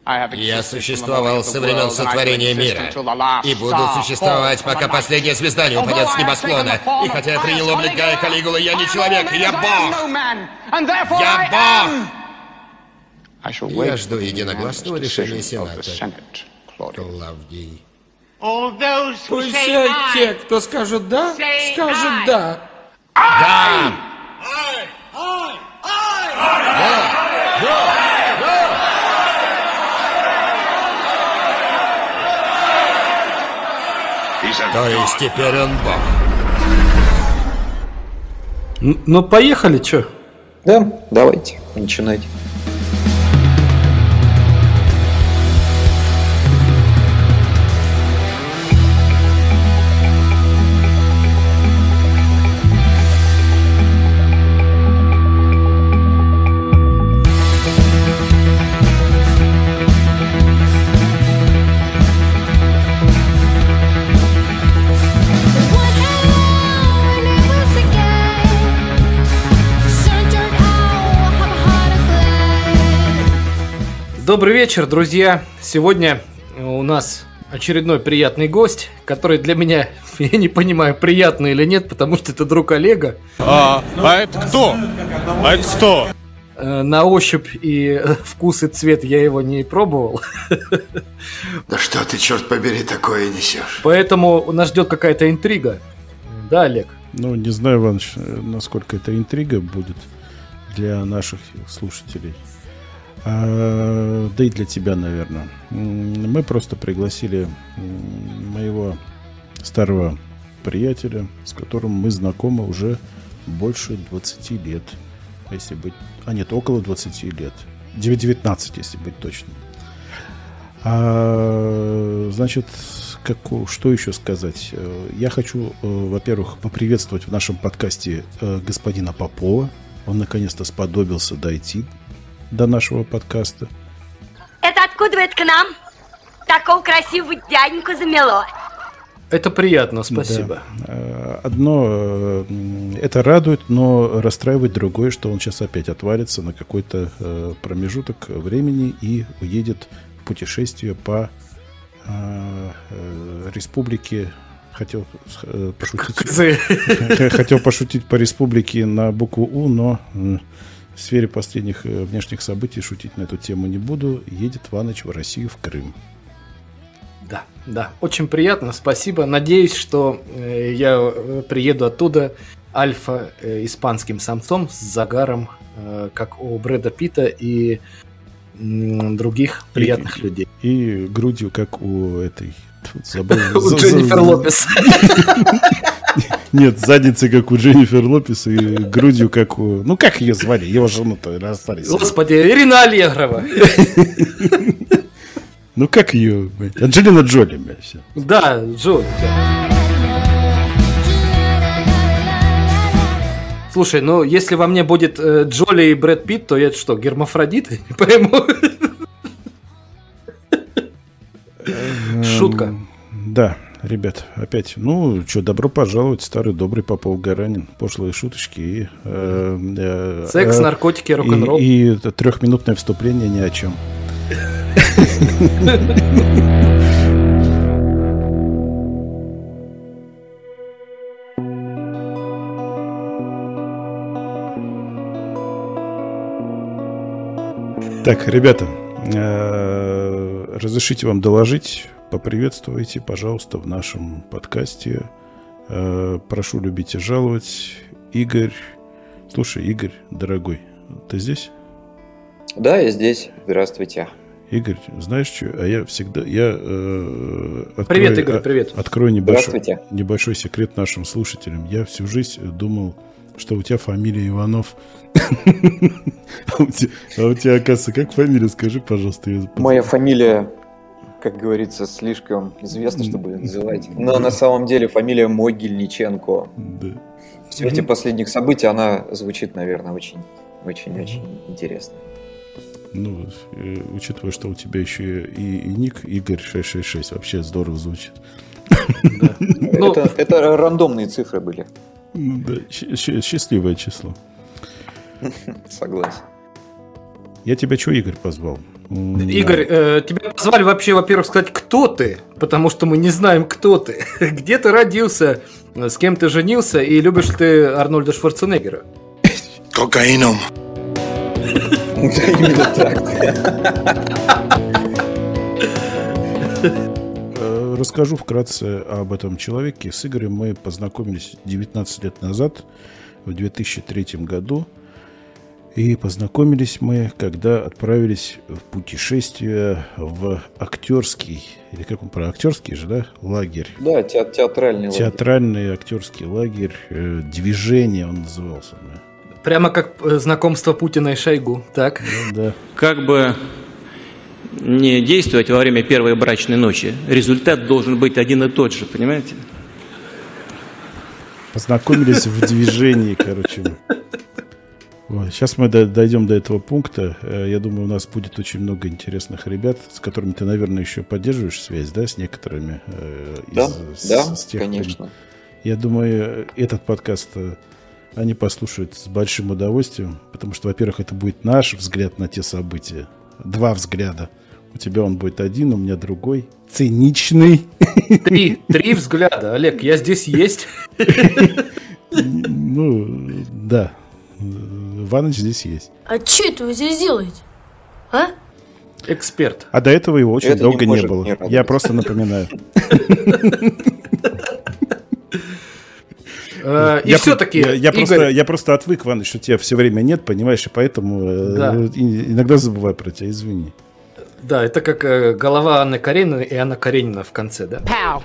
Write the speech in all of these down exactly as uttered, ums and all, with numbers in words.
Я существовал со времен сотворения мира и буду существовать, пока последнее звезда не упадет с небосклона. И хотя я принял облик Гая Калигулы, я не человек, я Бог! Я Бог! Я жду единогласного решения Сената. Клавдий. Пусть все те, кто скажет «да», скажут «да». Да! То есть теперь он Бог. Н- Ну, поехали, чё? Да, давайте, начинайте. Добрый вечер, друзья. Сегодня у нас очередной приятный гость, который для меня, я не понимаю, приятный или нет, потому что это друг Олега. А, а это кто? А это кто? Э, На ощупь и вкус и цвет я его не пробовал. Да что ты, черт побери, такое несешь? Поэтому нас ждет какая-то интрига. Да, Олег? Ну, не знаю, Иваныч, насколько это интрига будет для наших слушателей. А, да и для тебя, наверное. М, Мы просто пригласили м, моего старого приятеля, с которым мы знакомы уже больше двадцати лет. Если быть... А нет, около двадцати лет. девятнадцать, если быть точным. А, значит, как, что еще сказать? Э, Я хочу, э, во-первых, поприветствовать в нашем подкасте э, господина Попова. Он наконец-то сподобился дойти до нашего подкаста. Это откуда это к нам? Такого красивого дяденьку замело. Это приятно, спасибо. Да. Э, Одно э, м, это радует, но расстраивает другое, что он сейчас опять отвалится на какой-то э, промежуток времени и уедет в путешествие по э, э, республике. Хотел э, пошутить. Хотел пошутить по республике на букву У, но м, в сфере последних э, внешних событий шутить на эту тему не буду. Едет Ваныч в Россию, в Крым. Да, да, очень приятно, спасибо. Надеюсь, что э, я э, приеду оттуда альфа э, испанским самцом с загаром, э, как у Брэда Питта и м, других приятных И- людей. И грудью, как у этой... Тут забыл. У За- Дженнифер за- Лопес. Нет, задницей, как у Дженнифер Лопес, и грудью, как у... Ну, как ее звали? Его жену-то расстались. Господи, Ирина Аллегрова. Ну, как ее? блядь? Анджелина Джоли, блядь, всё. Да, Джо. да. Слушай, ну если во мне будет э, Джоли и Брэд Питт, то я что, гермафродит? Не пойму. Шутка. Эм, Да, ребят, опять, ну, что, добро пожаловать, старый добрый Попов Гаранин. Пошлые шуточки и... э, э, Секс, э, наркотики, и, рок-н-ролл. и это трехминутное вступление ни о чем. Так, ребята, э, разрешите вам доложить, поприветствуйте, пожалуйста, в нашем подкасте. Э, Прошу любить и жаловать. Игорь. Слушай, Игорь, дорогой, ты здесь? Да, я здесь. Здравствуйте. Игорь, знаешь что? А я всегда... Я, э, открою, Привет, Игорь, а- привет. Открою небольшой, Здравствуйте. небольшой секрет нашим слушателям. Я всю жизнь думал, что у тебя фамилия Иванов. А у тебя, а у тебя, оказывается, как фамилия? Скажи, пожалуйста. я- Моя фамилия, как говорится, слишком известна, чтобы называть. Но на самом деле фамилия Могильниченко. Да. В свете последних событий она звучит, наверное, очень, очень, очень интересно. Ну, э, учитывая, что у тебя еще и, и ник Игорь шесть шесть шесть, вообще здорово звучит. Ну, Это, это рандомные цифры были. Ну да, щ- щ- счастливое число. Согласен. Я тебя что, Игорь, позвал? Игорь, э, тебя позвали вообще, во-первых, сказать, кто ты, потому что мы не знаем, кто ты. Где ты родился, с кем ты женился и любишь ты Арнольда Шварценеггера? Кокаином. Именно так. Расскажу вкратце об этом человеке. С Игорем мы познакомились девятнадцать лет назад, в две тысячи третьем году. И познакомились мы, когда отправились в путешествие в актерский, или как он, про актерский же, да, лагерь? Да, те- театральный лагерь. Театральный актерский лагерь, э, «Движение» он назывался. Да. Прямо как э, знакомство Путина и Шойгу, так? Ну, да. Как бы не действовать во время первой брачной ночи, результат должен быть один и тот же, понимаете? Познакомились в «Движении», короче. Вот. Сейчас мы до- дойдем до этого пункта. Э, Я думаю, у нас будет очень много интересных ребят, с которыми ты, наверное, еще поддерживаешь связь, да, с некоторыми? э, Да, из- да, с- с тех, конечно. Я думаю, этот подкаст э, они послушают с большим удовольствием, потому что, во-первых, это будет наш взгляд на те события. Два взгляда. У тебя он будет один, у меня другой. Циничный. Три, три взгляда. Олег, я здесь есть. Ну, да. Иваныч здесь есть. А что это вы здесь делаете? А? Эксперт. А до этого его очень Это не долго не, может было. не радовать. Я просто напоминаю. Э, И Я- все-таки, я, я просто, Игорь, я просто отвык, Иваныч, что тебя все время нет, понимаешь, и поэтому э, Да. и- иногда забываю про тебя, извини. да, это как э, голова Анны Карениной и Анна Каренина в конце, да?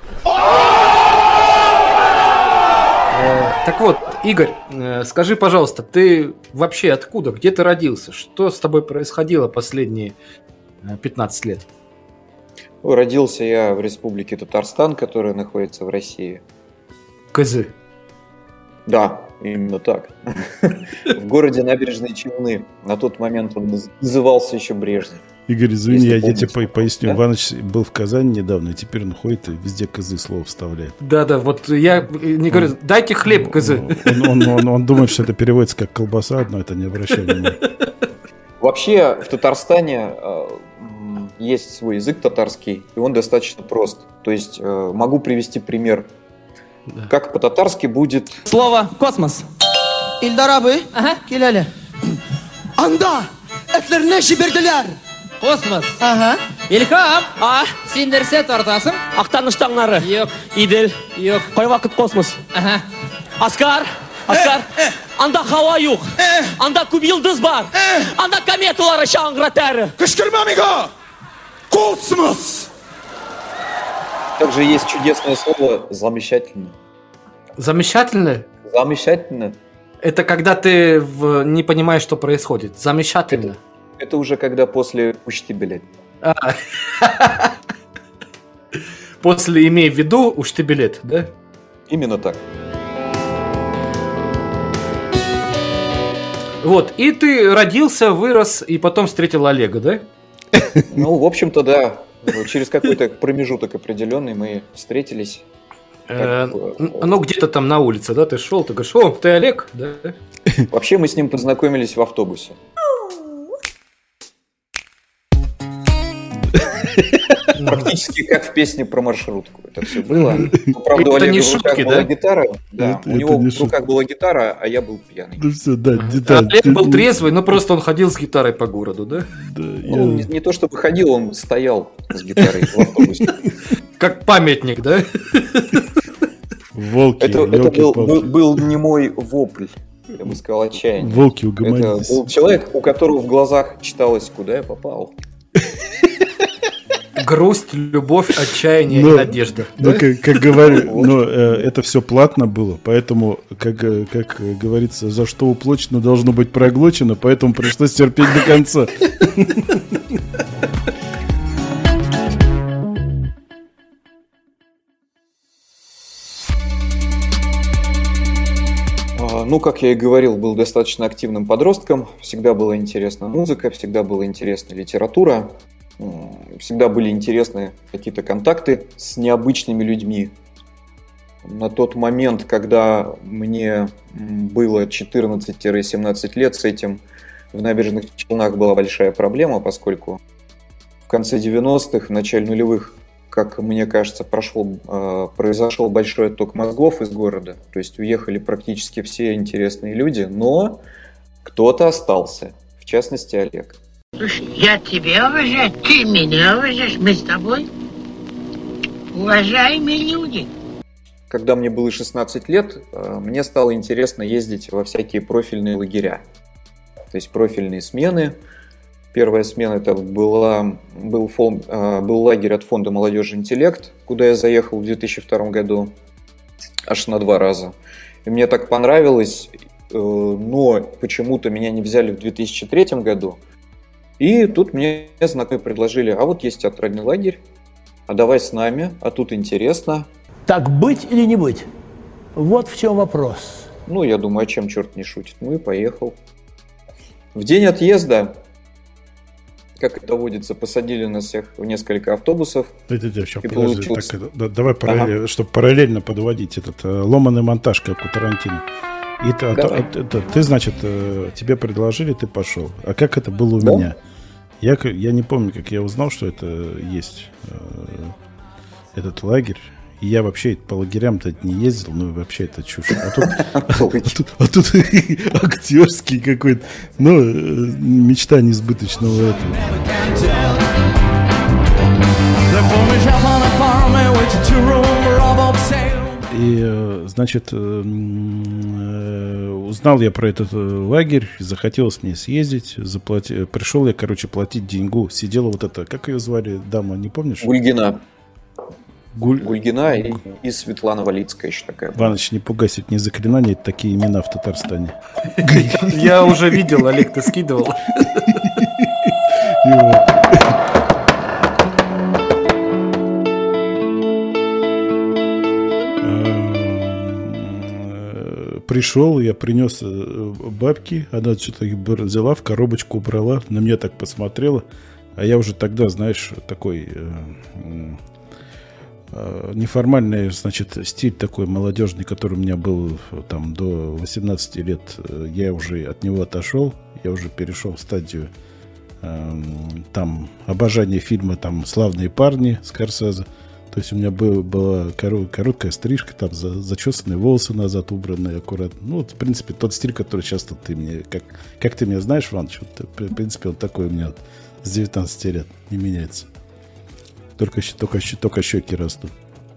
Э, Так вот, Игорь, э, скажи, пожалуйста, ты вообще откуда? Где ты родился? Что с тобой происходило последние э, пятнадцать лет? Родился я в республике Татарстан, которая находится в России. Кызы. Да, именно так. В городе Набережные Челны. На тот момент он наз- назывался еще Брежнев. Игорь, извини, Если я, я помните. тебе по- поясню. Да? Иваныч был в Казани недавно, и теперь он ходит и везде козы слово вставляет. Да-да, вот я не говорю, дайте хлеб, козы. Он, он- он- он думает, что это переводится как колбаса, но это не обращай внимания. Вообще в Татарстане э, м, есть свой язык татарский, и он достаточно прост. То есть э, могу привести пример. Да. Как по-татарски будет Слово космос. Ильдар abi. Ага. Келелі. Анда. Этлеріне жіберділер. Космос. Ага. Илхам. А? Сен нәрсе тартасың? Ақтаныштаңнары. Yok. Идел. Yok. Қай вақыт космос. Ага. Аскар. Аскар. Анда хауа юқ. Анда көп йылдыз бар. Анда кометалары шаңғыратары. Кышкырма миго. Космос. Также есть чудесное слово «замечательно». Замечательно. Замечательно. Это когда ты в- не понимаешь, что происходит. Замечательно. Это уже когда после «учти, блядь». А. После имей в виду, уж ты билет, да? Именно так. Вот, и ты родился, вырос, и потом встретил Олега, да? Ну, в общем-то, да. Через какой-то промежуток определенный мы встретились. Э, Как бы, н- Ну, где-то там на улице, да, ты шел, ты говоришь, о, ты Олег, да? Вообще мы с ним познакомились в автобусе. Практически как в песне про маршрутку. Это все было. Ну, правда, у Это не Олега в руках шутки, была да? гитара. Да, Это- у это него не в руках шутки. была гитара, а я был пьяный. Ну все, да, А да. Олег ты- был трезвый, но просто он ходил с гитарой по городу, да? да, Ну, не, я- не то чтобы ходил, он стоял с гитарой в автобусе. Как памятник, да? Волки, Это, это был, ёлки-палки. был, был не мой вопль, я бы сказал, отчаяние. Волки, Это угомонитесь. был человек, у которого в глазах читалось, куда я попал. Грусть, любовь, отчаяние Ну, и надежда. Ну, да? как, как говорю, но э, это все платно было, поэтому, как, э, как э, говорится, за что уплочено, должно быть проглочено, поэтому пришлось терпеть до конца. А, Ну, как я и говорил, был достаточно активным подростком. Всегда была интересна музыка, всегда была интересна литература. М, Всегда были интересны какие-то контакты с необычными людьми. На тот момент, когда мне м, было четырнадцать-семнадцать лет, с этим в Набережных Челнах была большая проблема, поскольку в конце девяностых, в начале нулевых, как мне кажется, прошел, э, произошел большой отток мозгов из города. То есть уехали практически все интересные люди, но кто-то остался, в частности Олег. Слушай, я тебя уважаю, ты меня уважаешь, мы с тобой уважаемые люди. Когда мне было шестнадцать лет, мне стало интересно ездить во всякие профильные лагеря. То есть профильные смены. Первая смена это была, был, фонд, был лагерь от фонда «Молодежи интеллект», куда я заехал в две тысячи втором году аж на два раза. И мне так понравилось, но почему-то меня не взяли в две тысячи третьем году. И тут мне знакомые предложили, а вот есть театральный лагерь, а давай с нами, а тут интересно. Так быть или не быть? Вот в чем вопрос. Ну, я думаю, а чем черт не шутит? Ну и поехал. В день отъезда, как это водится, посадили нас всех в несколько автобусов. Это, это, все, подожди, получилось... так, это, да, давай, параллель, ага. чтобы параллельно подводить этот ломаный монтаж, как у Тарантино. И ты, а, то, ты, ты, значит, тебе предложили, ты пошел. А как это было у да? меня? Я, я не помню, как я узнал, что это есть, этот лагерь. И я вообще по лагерям-то не ездил, ну вообще это чушь. А тут, а тут, а тут актерский какой-то, ну, мечта несбыточного этого. И, значит, узнал я про этот лагерь, захотелось мне съездить, заплати... пришел я, короче, платить деньгу. Сидела вот эта, как ее звали, дама, не помнишь? Гульгина. Гуль... Гульгина и, и Светлана Валицкая еще такая. Иваныч, не пугайся, это не заклинание, это такие имена в Татарстане. Я уже видел, Олег, ты скидывал. Пришел, я принес бабки, она что-то их взяла, в коробочку убрала, на меня так посмотрела, а я уже тогда, знаешь, такой э, э, неформальный, значит, стиль такой молодежный, который у меня был там до восемнадцати лет, я уже от него отошел, я уже перешел в стадию э, там обожания фильма там «Славные парни» Скорсезе. То есть у меня был, была короткая стрижка, там за, зачесанные волосы назад, убранные аккуратно. Ну, вот, в принципе, тот стиль, который сейчас ты мне... Как, как ты меня знаешь, Иваныч, вот, в принципе, он такой у меня вот, с девятнадцати лет не меняется. Только, только, только щеки растут.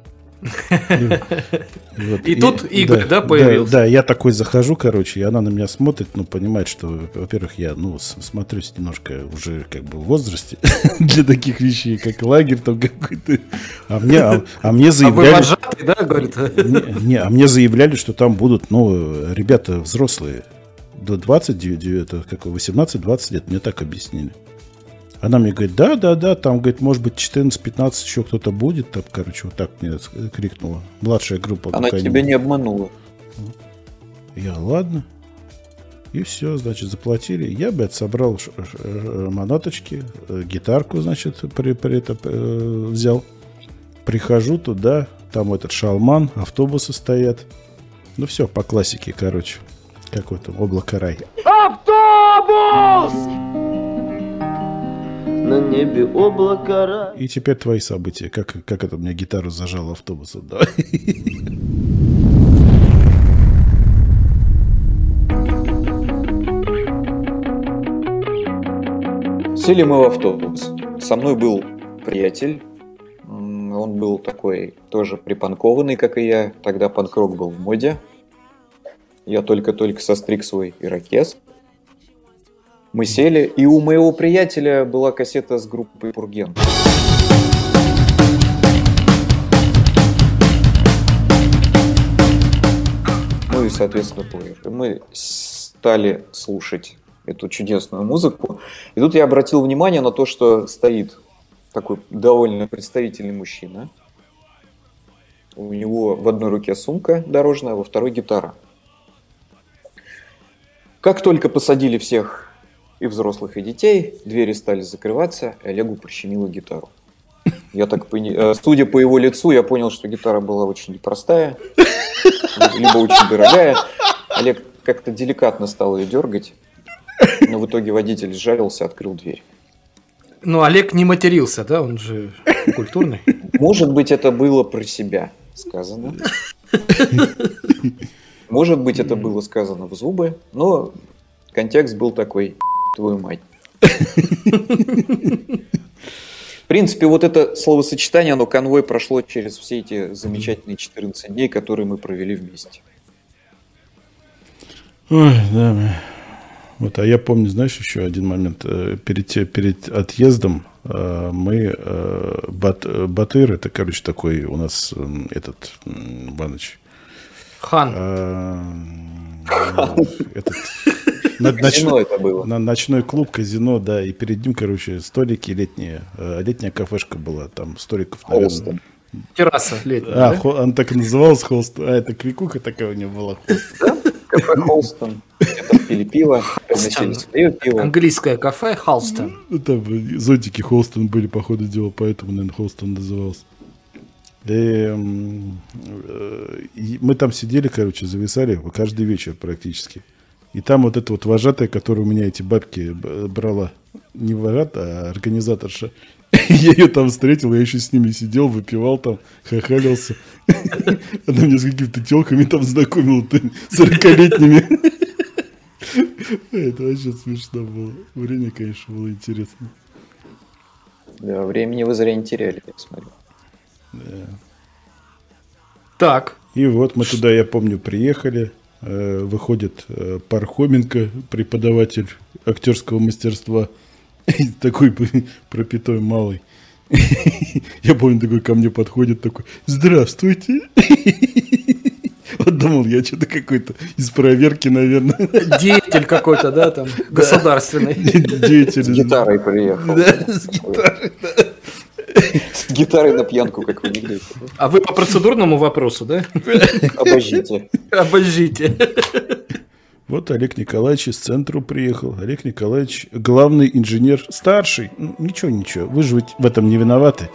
И тут Игорь, да, появился? Да, я такой захожу, короче, и она на меня смотрит, ну, понимает, что, во-первых, я, ну, смотрюсь немножко уже, как бы, в возрасте для таких вещей, как лагерь там какой-то. А мне, а мне заявляли... А вы вожатый, да, говорит? Не, а мне заявляли, что там будут, ну, ребята взрослые, до двадцати, восемнадцати-двадцати лет, мне так объяснили. Она мне говорит, да, да, да, там, говорит, может быть, четырнадцать-пятнадцать еще кто-то будет. Там, короче, вот так мне крикнула. Младшая группа. Она тебя не обманула. Я, ладно. И все, значит, заплатили. Я, блядь, собрал манаточки, гитарку, значит, при, при это, э, взял. Прихожу туда, там этот шалман, автобусы стоят. Ну все, по классике, короче. Какой-то облако рай. Автобус! На небе облака. И теперь твои события. Как, как это у меня гитару зажал автобусом. Да. Сели мы в автобус. Со мной был приятель. Он был такой тоже припанкованный, как и я. Тогда панк-рок был в моде. Я только-только состриг свой ирокез. Мы сели, и у моего приятеля была кассета с группой «Пурген». Ну и, соответственно, плеер. Мы стали слушать эту чудесную музыку. И тут я обратил внимание на то, что стоит такой довольно представительный мужчина. У него в одной руке сумка дорожная, во второй гитара. Как только посадили всех и взрослых, и детей, двери стали закрываться, и Олегу прищемило гитару. Я так пони... Судя по его лицу, я понял, что гитара была очень непростая, либо очень дорогая. Олег как-то деликатно стал ее дергать, но в итоге водитель сжалился, открыл дверь. Ну, Олег не матерился, да? Он же культурный. Может быть, это было про себя сказано. Может быть, это было сказано в зубы, но контекст был такой: твою мать. В принципе, вот это словосочетание, оно конвой прошло через все эти замечательные четырнадцать дней, которые мы провели вместе. Ой, да. Вот, а я помню, знаешь, еще один момент. Перед, перед отъездом мы... Бат, Батыр, это, короче, такой у нас этот... Баныч. Хан. А, этот... На, ноч... это было. На ночной клуб, казино, да, и перед ним, короче, столики летние. Летняя кафешка была, там столиков, наверное. Терраса летняя, А, да? хо... он так и назывался, Холстон. А, это кликуха такая у него была. Кафе Холстон. Это пили пиво, приносили свое пиво. Английское кафе Холстон. Ну, там зонтики Холстон были, по ходу дела, поэтому, наверное, Холстон назывался. И, и мы там сидели, короче, зависали каждый вечер практически. И там вот эта вот вожатая, которая у меня эти бабки брала, не вожатая, а организаторша, я ее там встретил, я еще с ними сидел, выпивал там, хахалился. Она меня с какими-то телками там знакомила, сорокалетними. Это вообще смешно было. Время, конечно, было интересно. Да, времени вы зря не теряли, я смотрю. Да. Так. И вот мы туда, я помню, приехали. Выходит Пархоменко, преподаватель актерского мастерства, такой пропитой малый. Я помню, такой ко мне подходит, такой: здравствуйте. Вот думал, я что-то какой-то из проверки, наверное. Деятель какой-то, да, там, государственный. Деятель. С гитарой приехал. Да, с гитарой, да. С гитарой на пьянку, как вы говорите. А вы по процедурному вопросу, да? Обождите. Обождите. Вот Олег Николаевич из центра приехал. Олег Николаевич главный инженер, старший. Ну, ничего, ничего, вы же в этом не виноваты.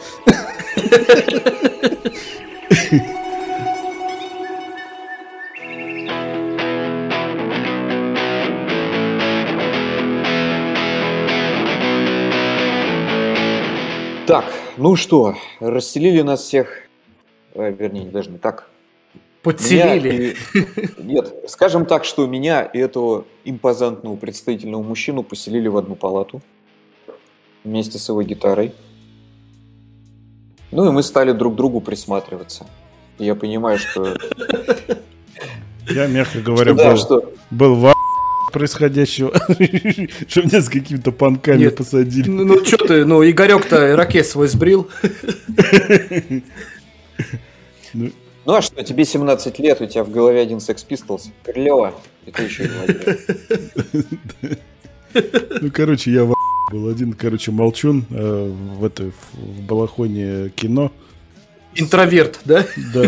Так, ну что, расселили нас всех, а, вернее, даже не так. Подселили. И... Нет, скажем так, что меня и этого импозантного представительного мужчину поселили в одну палату вместе с его гитарой. Ну и мы стали друг к другу присматриваться. И я понимаю, что... Я, мягко говоря, что, был, да, что... был в происходящего, что меня с какими-то панками Нет, посадили. Ну, ну что ты, ну Игорек-то ракет свой сбрил. Ну, ну а что, тебе семнадцать лет, у тебя в голове один Sex Pistols, клево, и ты еще и Ну, короче, я в был один, короче, молчун э, в этой в балахоне кино. Интроверт, да? Да.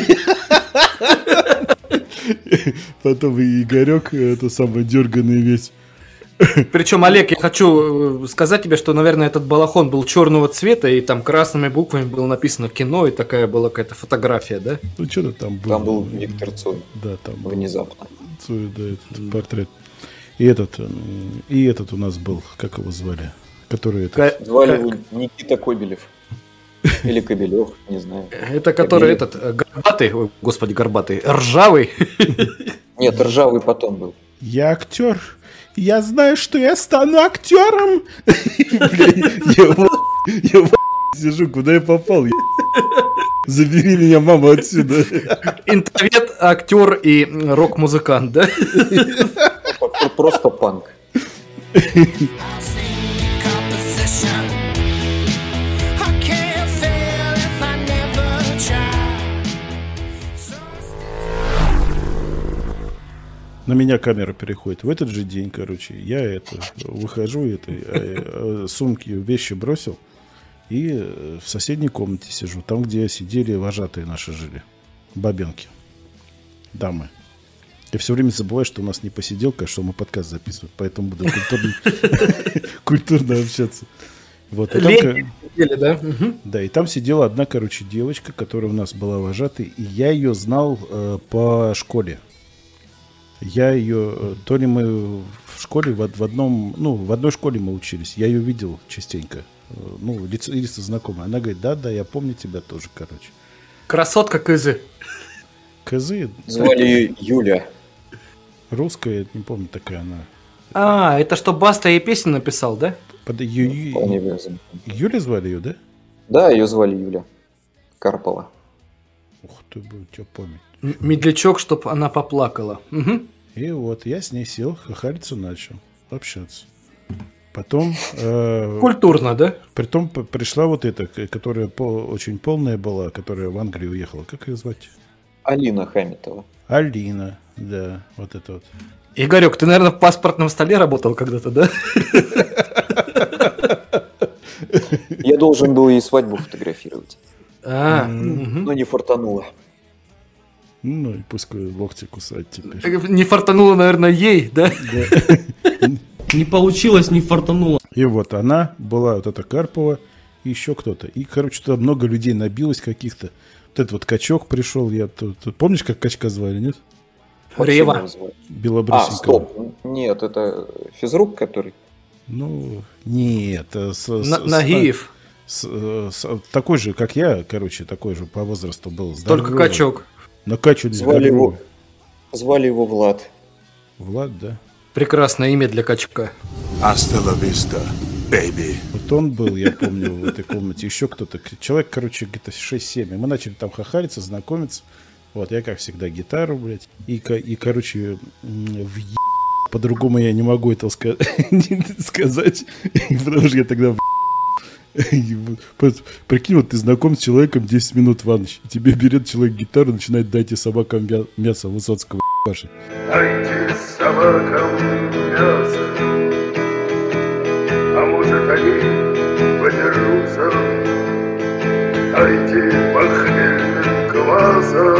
Потом и Игорек, это самый дерганый весь. Причем, Олег, я хочу сказать тебе, что, наверное, этот балахон был черного цвета, и там красными буквами было написано «кино», и такая была какая-то фотография, да? Ну, что-то там было. Там был Виктор Цой. Да, там был. Внезапно. Цой, да, этот портрет. И этот, и этот у нас был, как его звали? Который это... Звали его Никита Кобелев. Или Кобелев, не знаю. Это который Кобелев. Этот, горбатый, ой, господи, горбатый, ржавый. Нет, ржавый потом был. Я актер. Я знаю, что я стану актером. Я сижу, куда я попал? Забери меня, мама, отсюда. Интроверт, актер и рок-музыкант, да? Просто панк. На меня камера переходит. В этот же день, короче, я это выхожу, это, сумки, вещи бросил и в соседней комнате сижу, там, где сидели вожатые наши жили, бабенки, дамы. Я все время забываю, что у нас не посиделка, что мы подкаст записываем, поэтому буду культурно общаться. Вот, Летние сидели, да? Да, и там сидела одна, короче, девочка, которая у нас была вожатой, и я ее знал э, по школе. Я ее, то ли мы в школе в, в одном, ну, в одной школе мы учились, я ее видел частенько. Ну, лицо, лицо знакомое. Она говорит, да-да, я помню тебя тоже, короче. Красотка Кызы. Кызы? Звали ее Юля. Русская, я не помню, такая она. А, это что, Баста ей песню написал, да? Под, Ю, Ю, Юля звали ее, да? Да, ее звали Юля Карпова. Ух ты, будет тебя память. Медлячок, чтоб она поплакала. Угу. И вот я с ней сел, хахалиться начал, общаться. Потом... Э, Культурно, да? Притом пришла вот эта, которая по, очень полная была, которая в Англию уехала. Как ее звать? Алина Хамитова. Алина, да, вот это вот. Игорек, ты, наверное, в паспортном столе работал когда-то, да? Я должен был ей свадьбу фотографировать. А, но не фартануло. Ну и пускай локти кусать теперь. Не фартануло, наверное, ей, да? Не получилось, не фартануло. И вот она была, вот эта Карпова, и еще кто-то. И, короче, туда много людей набилось каких-то. Вот этот вот качок пришел. Я тут, помнишь, как качка звали, нет? Рева. Белобрысенького. А, стоп. Нет, это физрук, который... Ну, нет. С, На, с, Нагиев. С, с, такой же, как я, короче, такой же по возрасту был. Здоровый. Только качок. Но качу звали его, звали его Влад. Влад, да? Прекрасное имя для качка. Hasta la vista, baby. Вот он был, я помню, в этой комнате. Еще кто-то. Человек, короче, где-то шесть-семь. И мы начали там хахалиться, знакомиться. Вот, я, как всегда, гитару, блядь. И, и короче, в е... по-другому я не могу это сказать. Потому что я тогда в прикинь, вот ты знаком с человеком десять минут в ночь. Тебе берет человек гитару, начинает дайте собакам мясо Высоцкого ебашить. Дайте собакам мясо, а может они подерутся. Дайте похмельным кваса,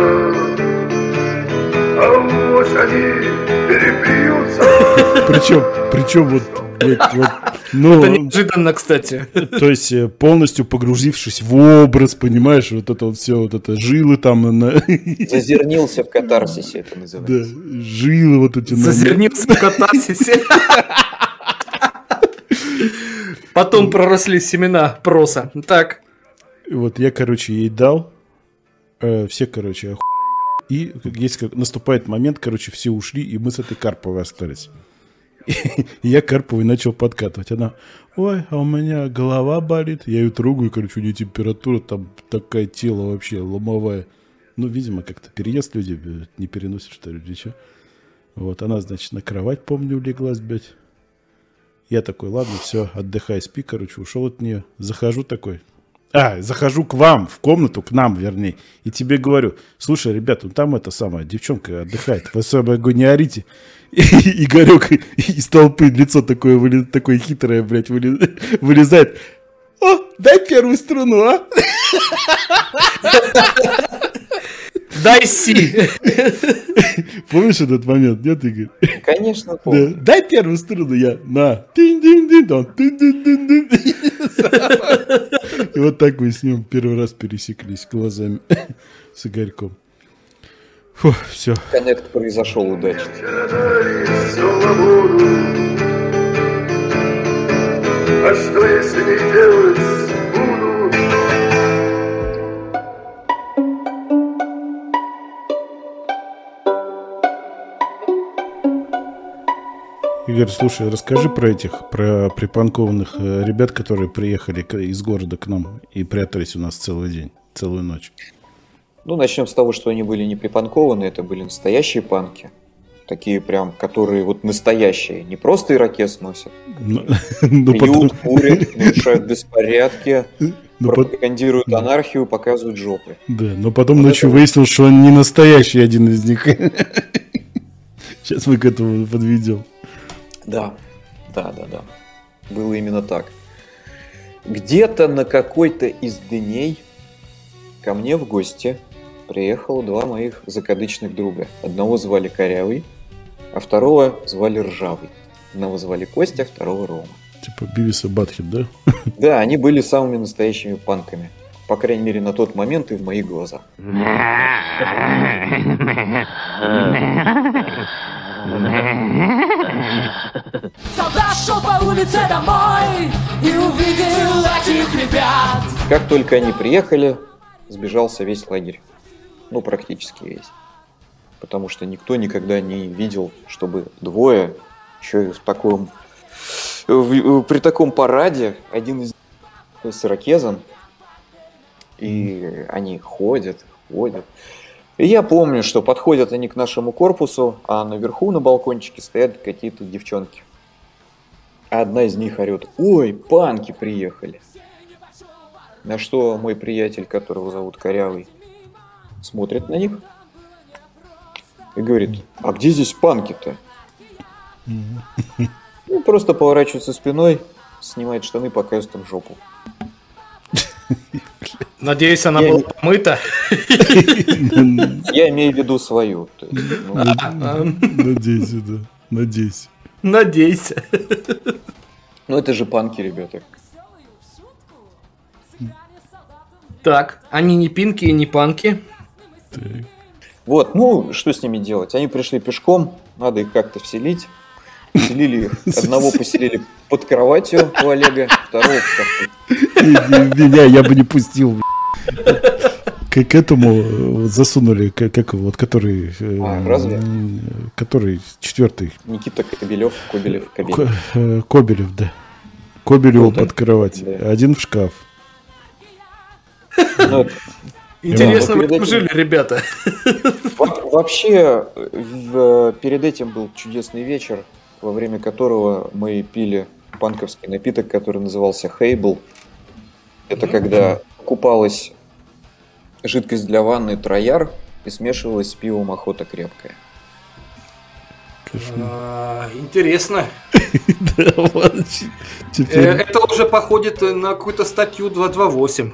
а может они перепьются. Причем, причем вот, блядь, вот ну, это неожиданно, кстати. То есть полностью погрузившись в образ, понимаешь, вот это вот все, вот это жилы там. На... Зазернился в катарсисе, это называется. Да, жилы вот эти. Зазернился в катарсисе. Потом проросли семена проса. Так. Вот я, короче, ей дал. Э, все, короче, оху... И если наступает момент, короче, все ушли, и мы с этой Карповой остались. И я Карповой начал подкатывать. Она, ой, а у меня голова болит. Я ее трогаю, короче, у нее температура, там такая тело вообще ломовая. Ну, видимо, как-то переезд люди не переносят, что ли, или что. Вот, она, значит, на кровать, помню, улеглась, блядь. Я такой, ладно, все, отдыхай, спи, короче, ушел от нее. Захожу такой. А, захожу к вам, в комнату, к нам, вернее. И тебе говорю, слушай, ребята, там эта самая девчонка отдыхает. Вы особо не орите. И Игорек из толпы лицо такое, выли, такое хитрое, блядь, выли, вылезает. О, дай первую струну, а? Дай си. Помнишь этот момент, нет, Игорь? Конечно, помню. Да. Дай первую струну, я на. И вот так мы с ним первый раз пересеклись глазами с Игорьком. Фу, все. Коннект произошел удачно. А что если не делать буду? Игорь, слушай, расскажи про этих, про припанкованных ребят, которые приехали из города к нам и прятались у нас целый день, целую ночь. Ну, начнем с того, что они были не припанкованы, это были настоящие панки. Такие прям, которые вот настоящие, не просто ирокез носят. Но, но пьют, потом... курят, нарушают беспорядки, но пропагандируют под... анархию, показывают жопы. Да, но потом вот ночью это... выяснилось, что он не настоящий один из них. Сейчас мы к этому подведем. Да, да, да, да. Было именно так. Где-то на какой-то из дней ко мне в гости приехало два моих закадычных друга. Одного звали Корявый, а второго звали Ржавый. Одного звали Костя, второго Рома. Типа Бивис и Батхед, да? Да, они были самыми настоящими панками. По крайней мере, на тот момент и в моих глазах. Солдат шел по улице домой и увидел этих ребят. Как только они приехали, сбежался весь лагерь. Ну, практически весь. Потому что никто никогда не видел, чтобы двое, еще и в таком, в, при таком параде, один из них с ирокезом, и они ходят, ходят. И я помню, что подходят они к нашему корпусу, а наверху на балкончике стоят какие-то девчонки. А одна из них орет: «Ой, панки приехали!» На что мой приятель, которого зовут Корявый, смотрит на них и говорит: «А где здесь панки-то?» Ну, просто поворачивается спиной, снимает штаны, показывает там жопу. Надеюсь, она была помыта. Я имею в виду свою. Надейся, да. Надейся. Надейся. Ну, это же панки, ребята. Так, они не пинки и не панки. Вот, ну, что с ними делать? Они пришли пешком, надо их как-то вселить. Вселили их. Одного поселили под кроватью у Олега, второго в шкафу. Меня я бы не пустил. К этому засунули, как вот который... А, разве? Который четвертый. Никита Кобелев, Кобелев, Кобелев. Кобелев, да. Кобелеву под кровать. Один в шкаф. Интересно, вы там жили, ребята. Вообще, перед этим был чудесный вечер, во время которого мы пили панковский напиток, который назывался Хейбл. Это когда купалась жидкость для ванны Трояр и смешивалась с пивом Охота крепкая. Интересно. Это уже походит на какую-то статью два два восемь.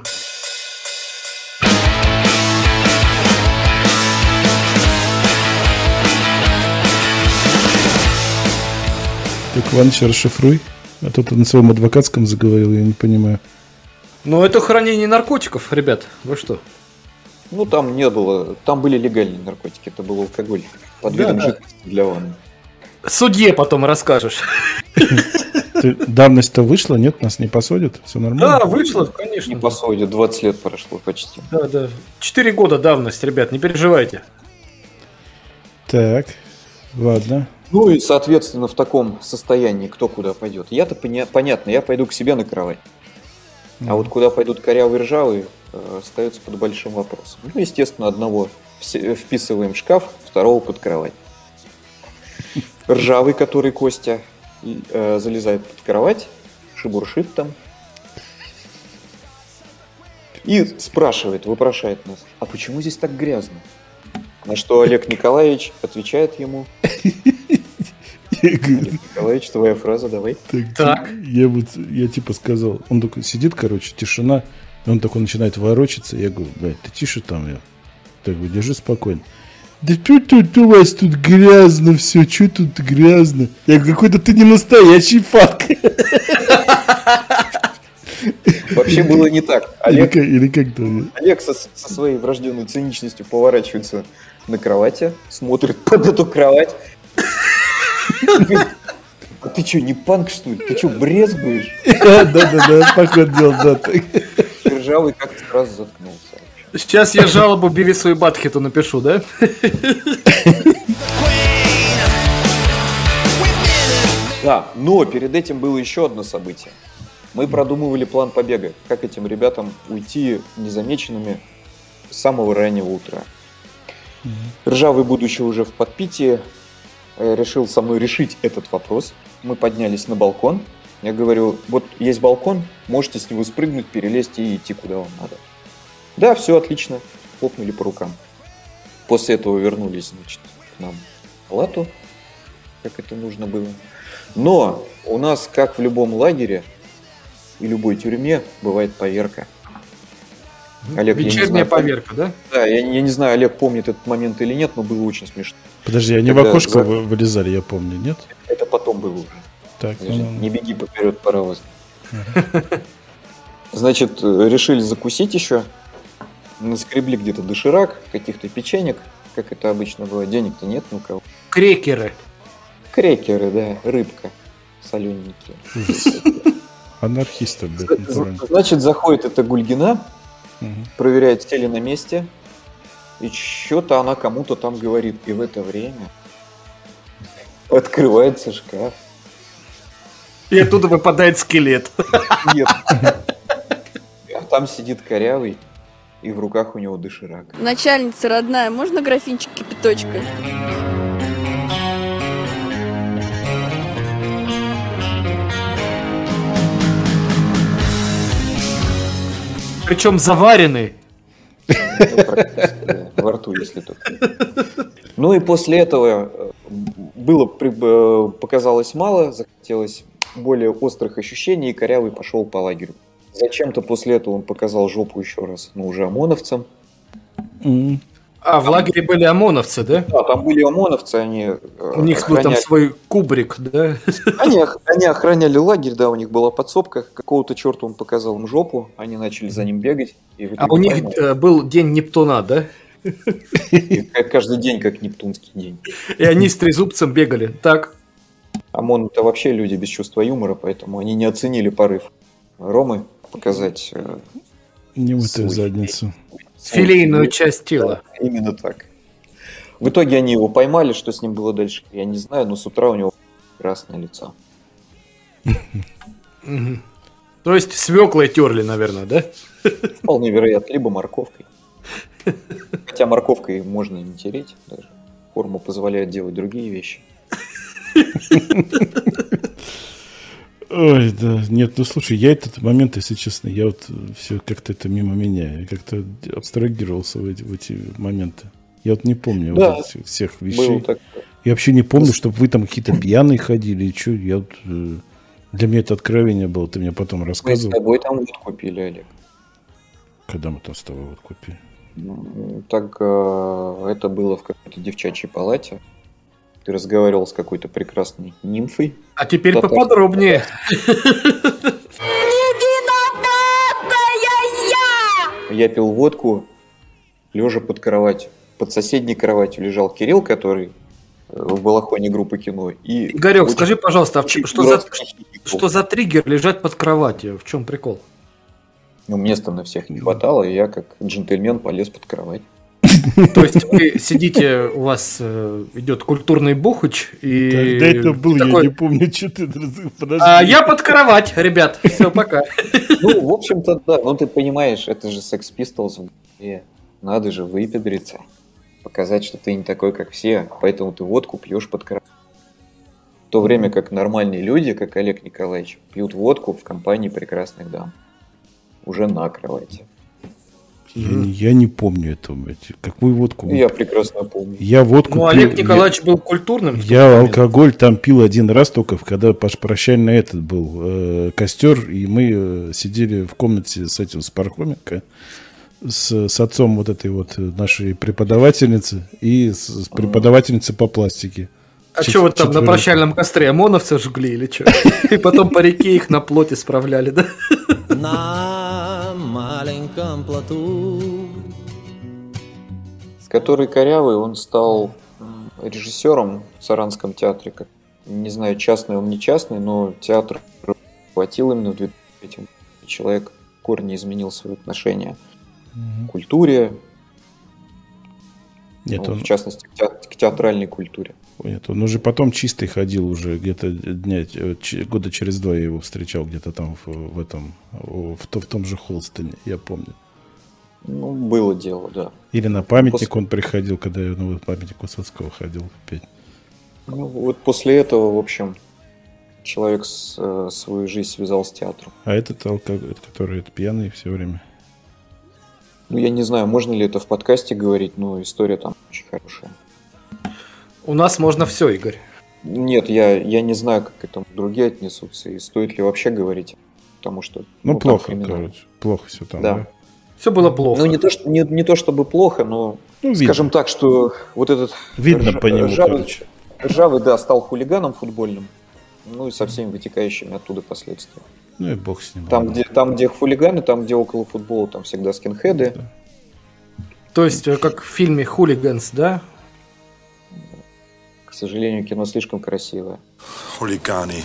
Так, Иваныч, расшифруй. А то ты на своем адвокатском заговорил, я не понимаю. Ну, это хранение наркотиков, ребят. Вы что? Ну, там не было. Там были легальные наркотики. Это был алкоголь. Под видом да, жидкости да. для ванны. Судье потом расскажешь. Ты, давность-то вышла, нет? Нас не посадят? Все нормально? Да, вышло, конечно. Не посадят. двадцать лет прошло почти. Да, да. четыре года давность, ребят, не переживайте. Так, ладно. Ну и, соответственно, в таком состоянии кто куда пойдет. Я-то поня- понятно, я пойду к себе на кровать. Mm. А вот куда пойдут Корявый и Ржавый, э, остается под большим вопросом. Ну, естественно, одного в- вписываем в шкаф, второго под кровать. Ржавый, который Костя, э, залезает под кровать, шебуршит там. И спрашивает, вопрошает нас: а почему здесь так грязно? На что Олег Николаевич отвечает ему: Олег Николаевич, твоя фраза, давай. Так, так. Я вот, я типа сказал, он такой сидит, короче, тишина, и он такой начинает ворочаться, я говорю: блядь, ты тише там, я. Так, говорю, держи спокойно. Да тут, тут у вас тут грязно все, что тут грязно? Я говорю: какой-то ты не настоящий фак. Вообще было не так. Олег, или как, или как-то... Олег со, со своей врожденной циничностью поворачивается на кровати, смотрит под эту кровать. А ты что, не панк, что ли? Ты что, брезгуешь? Да-да-да, походу дел, да. Ржавый как-то сразу заткнулся. Сейчас я жалобу Бивису и Батхиту напишу, да? Да, но перед этим было еще одно событие. Мы продумывали план побега, как этим ребятам уйти незамеченными с самого раннего утра. Ржавый, будучи уже в подпитии, решил со мной решить этот вопрос. Мы поднялись на балкон. Я говорю: вот есть балкон, можете с него спрыгнуть, перелезть и идти куда вам надо. Да, все отлично. Хлопнули по рукам. После этого вернулись, значит, к нам в палату, как это нужно было. Но у нас, как в любом лагере и любой тюрьме, бывает поверка. Олег, вечерняя знаю, поверка, да? Да, я, я не знаю, Олег помнит этот момент или нет, но было очень смешно. Подожди, они Когда в окошко за... вылезали, я помню, нет? Это потом было уже. Так, Подожди, ну... Не беги поперед паровоза. Значит, решили закусить еще. Наскребли где-то доширак, каких-то печенек, как это обычно бывает. Денег-то нет ни у кого. Крекеры. Крекеры, да, рыбка, солененькие. Анархисты, блядь. Значит, заходит эта Гульгина, проверяет, все ли на месте, и что-то она кому-то там говорит. И в это время открывается шкаф. И оттуда выпадает скелет. Нет. А там сидит корявый, и в руках у него доширак. Начальница родная, можно графинчик кипяточка? Причем заваренный. Ну, практически, да, во рту, если только. Ну и после этого было, показалось мало, захотелось более острых ощущений, и корявый пошел по лагерю. Зачем-то после этого он показал жопу еще раз, ну уже ОМОНовцам. Mm. А, в лагере были ОМОНовцы, да? Да, там были ОМОНовцы, они У них охраняли... был там свой кубрик, да? Они, они охраняли лагерь, да, у них была подсобка, какого-то черта он показал им жопу, они начали за ним бегать. И а у них поймали. Был день Нептуна, да? И каждый день как нептунский день. И они с трезубцем бегали, так? ОМОН это вообще люди без чувства юмора, поэтому они не оценили порыв Ромы показать... Немытую задницу. Филейную часть тела. Да, именно так. В итоге они его поймали, что с ним было дальше, я не знаю, но с утра у него красное лицо. То есть свеклой терли, наверное, да? Вполне вероятно, либо морковкой. Хотя морковкой можно и не тереть даже. Форма позволяет делать другие вещи. Ой, да, нет, ну слушай, я этот момент, если честно, я вот все как-то это мимо меня, я как-то абстрагировался в эти, в эти моменты. Я вот не помню да, вот этих всех вещей. Я вообще не помню, чтобы вы там какие-то пьяные ходили, и что, я вот, для меня это откровение было, ты мне потом рассказывал. Мы с тобой там водку пили, Олег. Когда мы там с тобой водку пили? Так, это было в какой-то девчачьей палате. Ты разговаривал с какой-то прекрасной нимфой. А теперь Татар... поподробнее. Я пил водку, лежа под кроватью. Под соседней кроватью лежал Кирилл, который в балахоне группы кино. И Игорек, очень... скажи, пожалуйста, а что, за... что за триггер лежать под кроватью? В чем прикол? Ну, места на всех не хватало, и я как джентльмен полез под кровать. То есть вы сидите, у вас э, идет культурный бухач и... Когда это был, такой... я не помню, что ты... Подожди. А я под кровать, ребят, все, пока. Ну, в общем-то, да, ну ты понимаешь, это же Sex Pistols, и надо же выпедриться, показать, что ты не такой, как все, поэтому ты водку пьешь под кровать. В то время как нормальные люди, как Олег Николаевич, пьют водку в компании прекрасных дам. Уже на кровати. Я, я не помню этого. Какую водку? Я прекрасно помню. Я водку ну, пил, Олег Николаевич я, был культурным. Я алкоголь там пил один раз только, когда прощальный этот был э, костер, и мы э, сидели в комнате с этим, с Пархоменко, с, с отцом вот этой вот нашей преподавательницы и с, с преподавательницей по пластике. А что вот там четверо... на прощальном костре ОМОНовцы жгли или что? И потом по реке их на плоте справляли, да? На маленьком плоту. С которой корявый он стал режиссером в Саранском театре. Не знаю, частный он не частный, но театр хватил именно в две тысячи третьем. Человек в корне изменил свое отношение mm-hmm. к культуре, Нет, ну, он... в частности к, те... к театральной культуре. Нет, он уже потом чистый ходил уже где-то дня, года через два я его встречал где-то там в, в этом, в, в, в том же Холстене, я помню. Ну, было дело, да. Или на памятник после... он приходил, когда я на памятник Высоцкого ходил опять. Ну, вот после этого, в общем, человек с, свою жизнь связал с театром. А этот алкоголь, который это пьяный все время? Ну, я не знаю, можно ли это в подкасте говорить, но история там очень хорошая. У нас можно все, Игорь. Нет, я, я не знаю, как к этому другие отнесутся, и стоит ли вообще говорить, потому что... Ну, ну плохо, короче, плохо все там, да. да? Все было плохо. Ну, не то, что, не, не то чтобы плохо, но, ну, скажем так, что вот этот... Видно рж... по нему, ржавый, короче. Ржавый, да, стал хулиганом футбольным, ну и со всеми вытекающими оттуда последствиями. Ну и бог с ним. Там, где, там, где хулиганы, там, где около футбола, там всегда скинхеды. То есть, как в фильме «Хулиганс», да? К сожалению, кино слишком красивое. Хулиганы.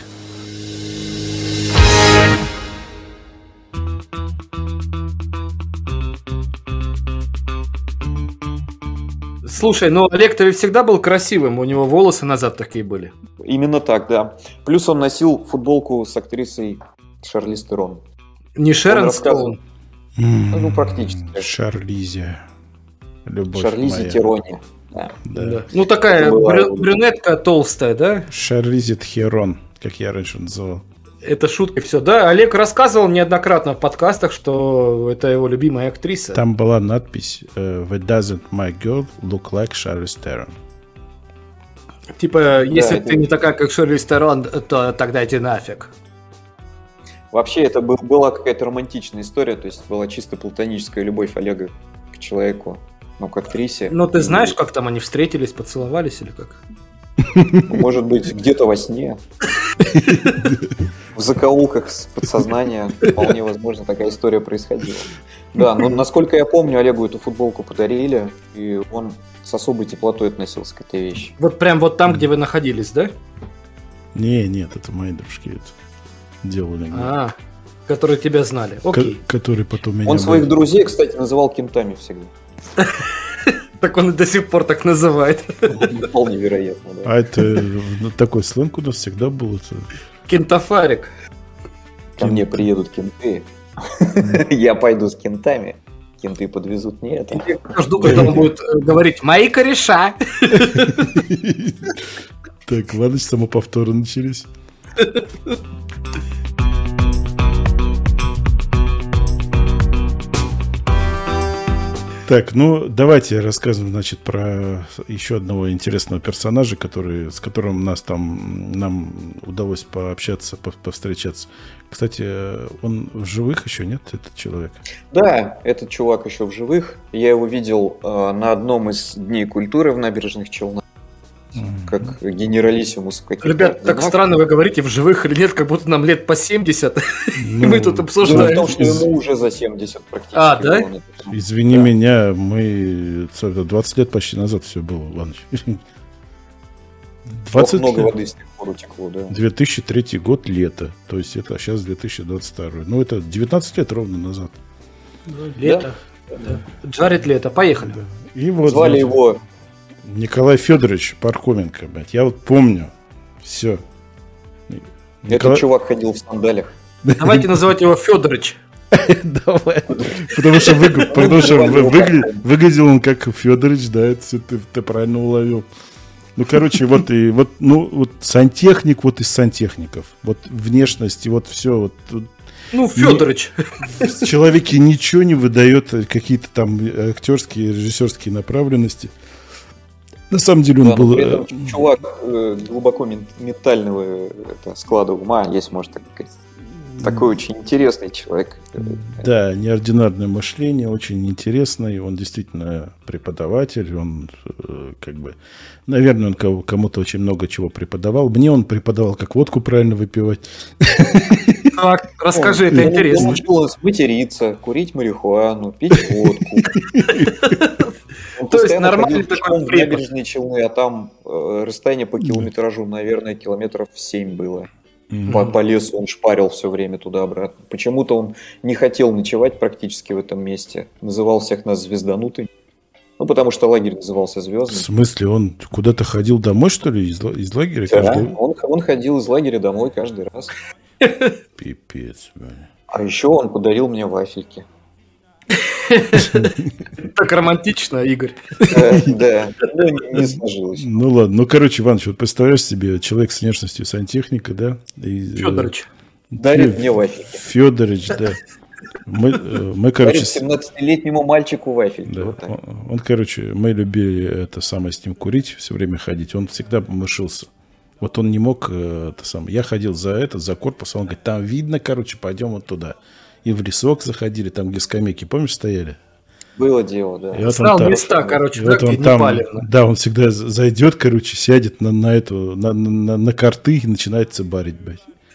Слушай, ну Олег-то ведь всегда был красивым, у него волосы назад такие были. Именно так, да. Плюс он носил футболку с актрисой Шарлиз Терон. Не Шерон Стоун? Ну, практически. Шарлизе. Любовь Шарлизе моя. Тероне. Да. Да. Ну, такая брю- брюнетка толстая, да? Шарлизе Тхерон, как я раньше называл. Это шутка, все, да? Олег рассказывал неоднократно в подкастах, что это его любимая актриса. Там была надпись «Why doesn't my girl look like Charlize Theron?» Типа, если Да, ты это- не такая, как Шарлиз Терон, то тогда иди нафиг. Вообще, это был- была какая-то романтичная история, то есть была чисто платоническая любовь Олега к человеку, ну, к актрисе. Ну, ты И, знаешь, как там они встретились, поцеловались или как? Может быть, где-то во сне. В закоулках с подсознания вполне возможно такая история происходила. Да, но насколько я помню, Олегу эту футболку подарили, и он с особой теплотой относился к этой вещи. Вот прям вот там, где вы находились, да? Не, нет, это мои дружки это делали. А, которые тебя знали. Ко- Окей. Который потом меня... Он своих вы- друзей, кстати, называл кентами всегда. Так он и до сих пор так называет. Вполне вероятно, да. А это ну, такой сленг у нас всегда был. Это... Кентафарик. Ко мне приедут кенты. Я пойду с кентами. Кенты подвезут мне это. Я жду, когда он будет э, говорить «Мои кореша». Так, ладно, самоповторы начались. Так, ну давайте рассказываем, значит, про еще одного интересного персонажа, который, с которым нас там нам удалось пообщаться, по- повстречаться. Кстати, он в живых еще нет, этот человек? Да, этот чувак еще в живых. Я его видел э, на одном из дней культуры в Набережных Челнах. Как генералиссимус в каких-то Ребят, так орденах. странно вы говорите, в живых или нет, как будто нам лет по семьдесят. И Ну, мы тут Дело в обсуждаем. том, что ему уже за семьдесят практически. А, да? было. Извини меня, мы это двадцать лет почти назад все было, Иваныч. двадцать Много лет. воды с тех пор утекло, да. две тысячи третий год, лето. То есть это сейчас две тысячи двадцать второй. Ну, это девятнадцать лет ровно назад. Лето. Да. Джаред Лето. Поехали. И вот, Звали значит, его... Николай Федорович Пархоменко, блядь. Я вот помню. Все. Этот чувак ходил в сандалях. Давайте называть его Федорович. Давай. Потому что, выгля- потому что вы- выгля- выглядел он как Федорович, да, это всё ты, ты правильно уловил. Ну, короче, вот и вот, ну, вот сантехник, вот из сантехников. Вот внешность и вот все. Вот, тут Ну, Федорович. в человеке ничего не выдает какие-то там актерские, режиссерские направленности. На самом деле он Да, но был... при э, этом чувак э, глубоко мен- ментального э, это, склада ума, если можно так сказать. Такой очень интересный человек. Да, неординарное мышление, очень интересное. Он действительно преподаватель. Он э, как бы, наверное, он кому- кому-то очень много чего преподавал. Мне он преподавал, как водку правильно выпивать. Так, расскажи, Он- это он- интересно. Он учил нас материться, курить марихуану, пить водку. Он То есть постоянно нормальный ходил такой пешком в препод. Набережные Челны, а там э, расстояние по километражу, наверное, километров семь было. По, по лесу он шпарил все время туда-обратно. Почему-то он не хотел ночевать практически в этом месте. Называл всех нас звезданутыми. Ну, потому что лагерь назывался В звездным. смысле, он куда-то ходил домой, что ли, из, ла- из лагеря? Да, каждый- он, он ходил из лагеря домой каждый раз. Пипец, блин. А еще он подарил мне вафельки. Так романтично, Игорь. Э, Да, ну, не не сложилось. Ну ладно, ну короче, Иваныч, вот представляешь себе, человек с внешностью сантехника, да? И, э, Федорович. Дарит Фе- мне вафельки. Федорович, да. Мы, э, мы короче, Дарит с- семнадцатилетнему мальчику вафельки. да, Вот так. он, он, короче, мы любили это самое с ним курить, все время ходить. Он всегда мышился. Вот он не мог, э, это самое. Я ходил за это, за корпус, а он говорит, там видно, короче, пойдем вот туда. И в лесок заходили, там, где скамейки, помнишь, стояли? Было дело, да. И вот Знал он там- места, короче, и да, вот где он не там, палевно. да, он всегда з- зайдет, короче, сядет на, на эту, на, на, на карты и начинает цибарить, блядь.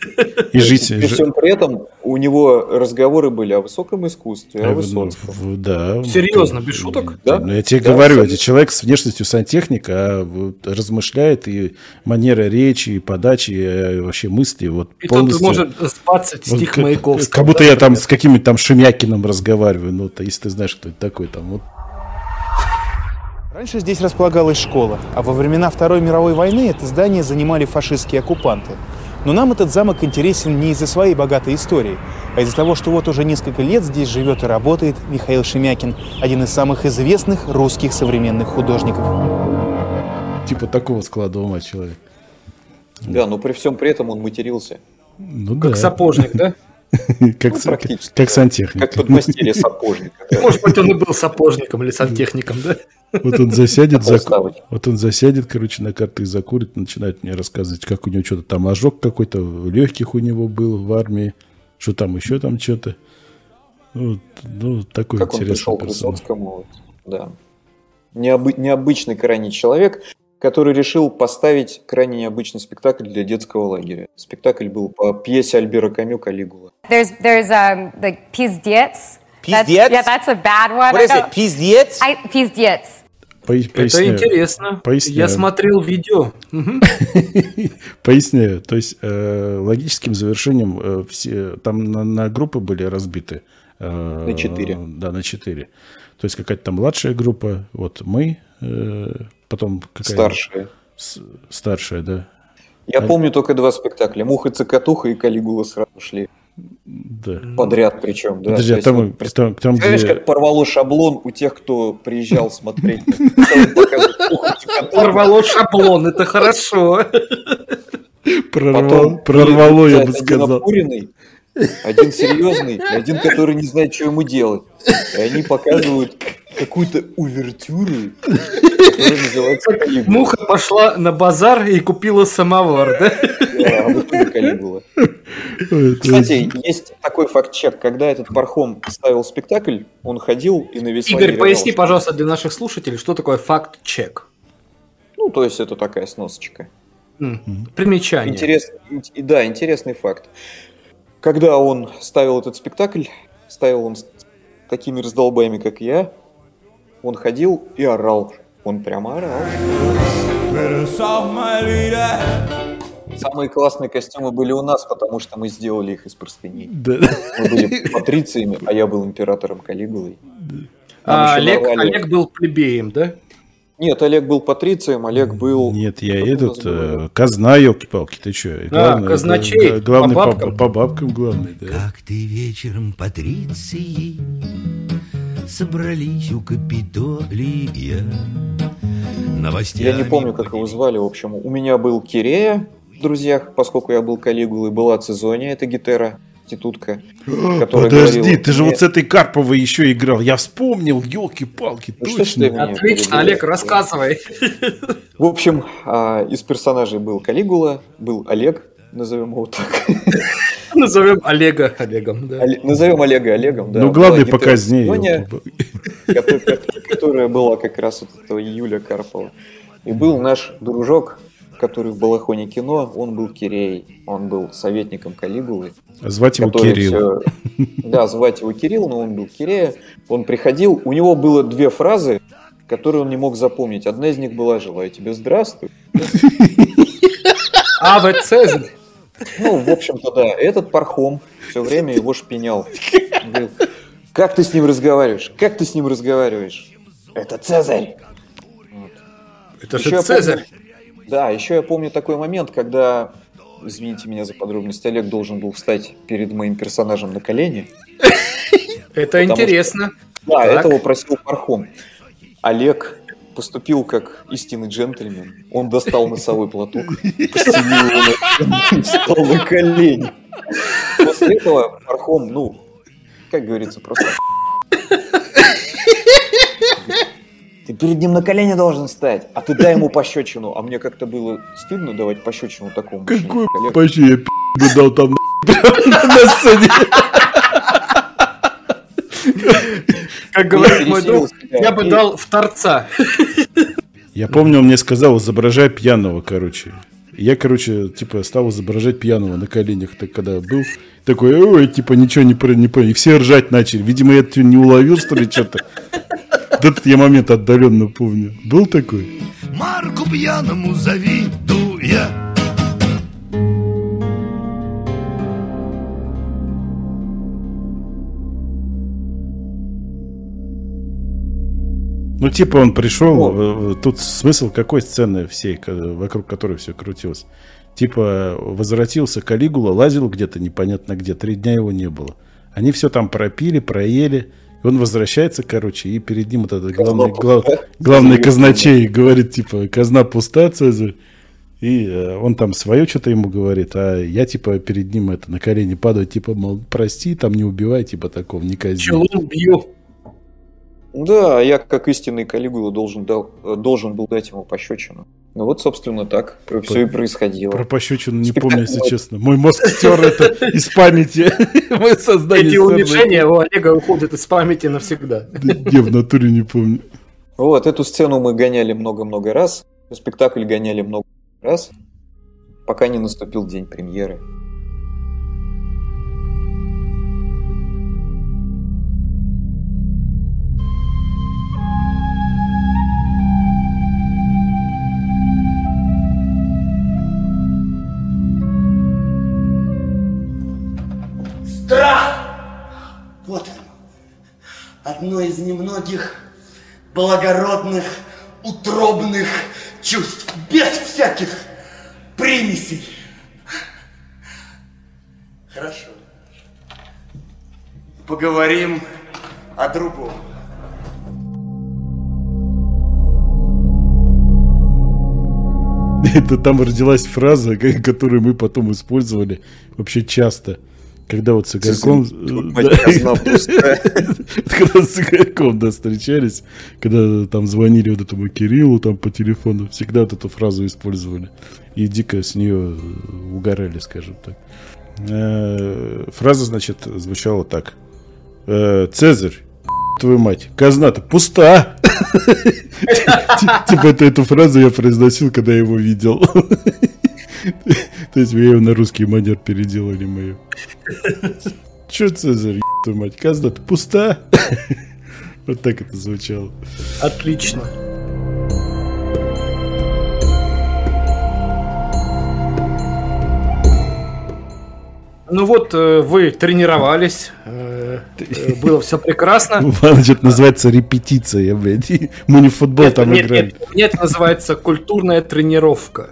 И жить... При всем при этом у него разговоры были о высоком искусстве, о Высоцком. Да. Серьезно, без шуток? Да? Ну, я тебе да, говорю, это человек с внешностью сантехника, а вот размышляет и манера речи, и подачи, и вообще мысли. Вот и полностью... тут может двадцать стих вот, Маяковского. Как будто да, я там с каким-нибудь там Шемякиным разговариваю, ну, то, если ты знаешь, кто это такой там. Вот. Раньше здесь располагалась школа, а во времена Второй мировой войны это здание занимали фашистские оккупанты. Но нам этот замок интересен не из-за своей богатой истории, а из-за того, что вот уже несколько лет здесь живет и работает Михаил Шемякин, один из самых известных русских современных художников. Типа такого склада ума человек. Да, но при всем при этом он матерился. Ну, как да. сапожник, да? Как, ну, практически, как сантехник. Как подмастерье сапожника. Да. Может быть, он и был сапожником или сантехником, да? Вот он засядет, зак... вот он засядет, короче, на карты и закурит, начинает мне рассказывать, как у него что-то там ожог какой-то легких у него был в армии, что там еще там что-то. Ну, ну такой как интересный он пришел к Высоцкому, да. Необы... Необычный крайне человек, который решил поставить крайне необычный спектакль для детского лагеря. Спектакль был по пьесе Альбера Камю «Калигула». There's, there's um, like пиздец. Пиздец? Yeah, that's a bad one. What is it? Пиздец? I, пиздец. Поясняю. Это интересно. Поясняю. Я смотрел видео. Поясняю. То есть э, логическим завершением э, все там на, на группы были разбиты. Э, на четыре. Да, на четыре. То есть какая-то там младшая группа, вот мы, э, потом какая-то... Старшая. С, старшая, да. Я а... помню только два спектакля. «Муха-цокотуха» и «Калигула» сразу шли. Да. Подряд причем, да. Подожди, а там, вот, там, там знаешь, где... как порвало шаблон у тех, кто приезжал смотреть. Порвало шаблон, это хорошо. Прорвало, я бы сказал. Один серьезный, и один, который не знает, что ему делать. И они показывают какую-то увертюру, которая называется «Калигула». Муха пошла на базар и купила самовар, да? Да, а в итоге «Калигула». Кстати, есть такой факт-чек. Когда этот Пархом ставил спектакль, он ходил и на весь лагерь Игорь, орал. поясни, пожалуйста, для наших слушателей, что такое факт-чек. Ну, то есть это такая сносочка. Mm-hmm. Примечание. Интерес... Да, интересный факт. Когда он ставил этот спектакль, ставил он с такими раздолбаями, как я, он ходил и орал. Он прямо орал. Самые классные костюмы были у нас, потому что мы сделали их из простыней. Да. Мы были патрициями, а я был императором Калигулой. А Олег, нарвали... Олег был плебеем, да? Нет, Олег был патрицием, Олег был... Нет, я этот, э, казна, елки-палки, ты что? А, казначей, да, главный по бабкам. По, по бабкам главный, да. Как ты вечером, патриции, собрались у Капитолия. Новостями... Я не помню, как его звали, в общем. У меня был Кирея в друзьях, поскольку я был Калигулой, была Цезония, это гитара. Институтка, подожди, говорила, ты же мне... вот с этой Карповой еще играл. Я вспомнил, елки-палки, ну, точно. Отлично, Олег, рассказывай. В общем, из персонажей был Калигула, был Олег, назовем его так. Назовем Олега Олегом, да. Назовем Олега Олегом, да. Ну, главный показнее. Которая была как раз вот этого Юля Карпова. И был наш дружок, который в Балахоне кино, он был Кирей, он был советником Калигулы. Звать его Кирилл. Все... Да, звать его Кирилл, но он был Кирея. Он приходил, у него было две фразы, которые он не мог запомнить. Одна из них была «Желаю тебе здравствуй». А, вы Цезарь. Ну, в общем-то, да. Этот Пархом все время его шпинял. Говорил, как ты с ним разговариваешь? Как ты с ним разговариваешь? Это Цезарь. Вот. Это же Цезарь. Помню... Да, еще я помню такой момент, когда... Извините меня за подробность. Олег должен был встать перед моим персонажем на колени. Это интересно. Что, да, так. Этого просил Пархом. Олег поступил как истинный джентльмен. Он достал носовой платок, постелил его и встал на колени. После этого Пархом, ну, как говорится, просто... Ты перед ним на колени должен стать, а ты дай ему пощечину. А мне как-то было стыдно давать пощечину такому. Какой пощечину? Я пи*** дал там на сцене. Как говорит мой друг, я бы дал в торца. Я помню, он мне сказал, изображай пьяного, короче. Я, короче, типа, стал изображать пьяного на коленях, так, когда был. Такой, ой, типа, ничего не понял, не понял. И все ржать начали. Видимо, я это не уловил, что ли, что-то. Этот я момент отдаленно помню. Был такой? Марку пьяному завидуя. Ну, типа, он пришел, тут смысл какой сцены всей, вокруг которой все крутилось. Типа, возвратился Калигула, лазил где-то непонятно где, три дня его не было. Они все там пропили, проели, и он возвращается, короче, и перед ним вот этот главный, глав, главный казначей говорит, типа, казна пуста, Цезарь. И э, он там свое что-то ему говорит, а я, типа, перед ним это на колени падаю, типа, мол, прости, там не убивай, типа, такого, не казни. Челом бью. Да, я, как истинный Калигула, должен, дал, должен был дать ему пощечину. Ну вот, собственно, так про, все и происходило. Про пощечину не Спектакль помню, если честно. Мой мозг стер это из памяти. Эти унижения у Олега уходят из памяти навсегда. Я в натуре не помню. Вот, эту сцену мы гоняли много-много раз. Спектакль гоняли много раз, пока не наступил день премьеры. Страх! Вот он. Одно из немногих благородных, утробных чувств, без всяких примесей. Хорошо. Поговорим о другом. Это там родилась фраза, которую мы потом использовали вообще часто. Когда вот с Игорьком... Когда с Игорьком, да, встречались, когда там звонили вот этому Кириллу там по телефону, всегда вот эту фразу использовали. И дико с нее угорали, скажем так. Фраза, значит, звучала так. Цезарь, твою мать, казна-то пуста. Типа эту фразу я произносил, когда я его видел. То есть вы ее на русский манер переделали мою. Че, Цезарь, твою мать, казна-то пуста? Вот так это звучало. Отлично. Ну вот, вы тренировались, было все прекрасно. Значит, называется репетиция, блядь. Мы не в футбол нет, там нет, играли. Нет, нет, это называется культурная тренировка.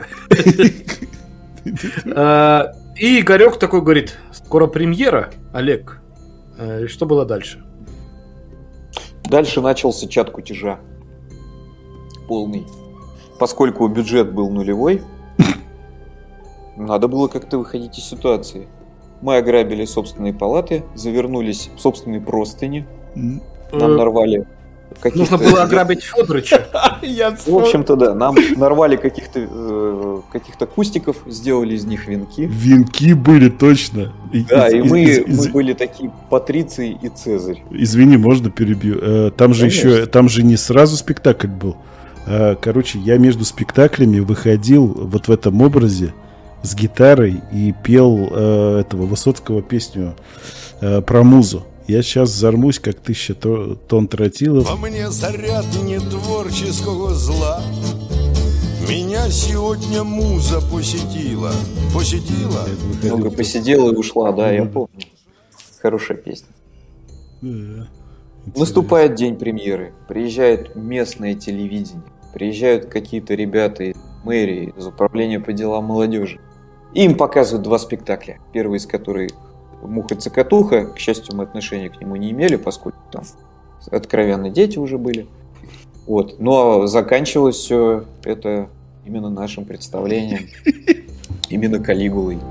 И Игорек такой говорит, скоро премьера, Олег. И что было дальше? Дальше начался чат кутежа. Полный. Поскольку бюджет был нулевой, надо было как-то выходить из ситуации. Мы ограбили собственные палаты, завернулись в собственные простыни. Нам нарвали каких-то... Нужно было ограбить Федоровича. В общем-то, да. Нам нарвали каких-то э, каких-то кустиков, сделали из них венки. Венки были, точно. Да, и мы, мы были такие Патриций и Цезарь. Извини, можно перебью? Там же еще, там же не сразу спектакль был. Короче, я между спектаклями выходил вот в этом образе с гитарой и пел э, этого Высоцкого песню э, про музу. Я сейчас взорвусь, как тысяча тонн тротила. Во мне заряд не творческого зла. Меня сегодня муза посетила. Посетила? Много посидела и ушла, да, я помню. Хорошая песня. Да, наступает день премьеры. Приезжает местное телевидение. Приезжают какие-то ребята из мэрии, из управления по делам молодежи. И им показывают два спектакля. Первый из которых «Муха-цокотуха». К счастью, мы отношения к нему не имели, поскольку там откровенно дети уже были. Вот. Ну а заканчивалось все это именно нашим представлением. Именно Калигулой.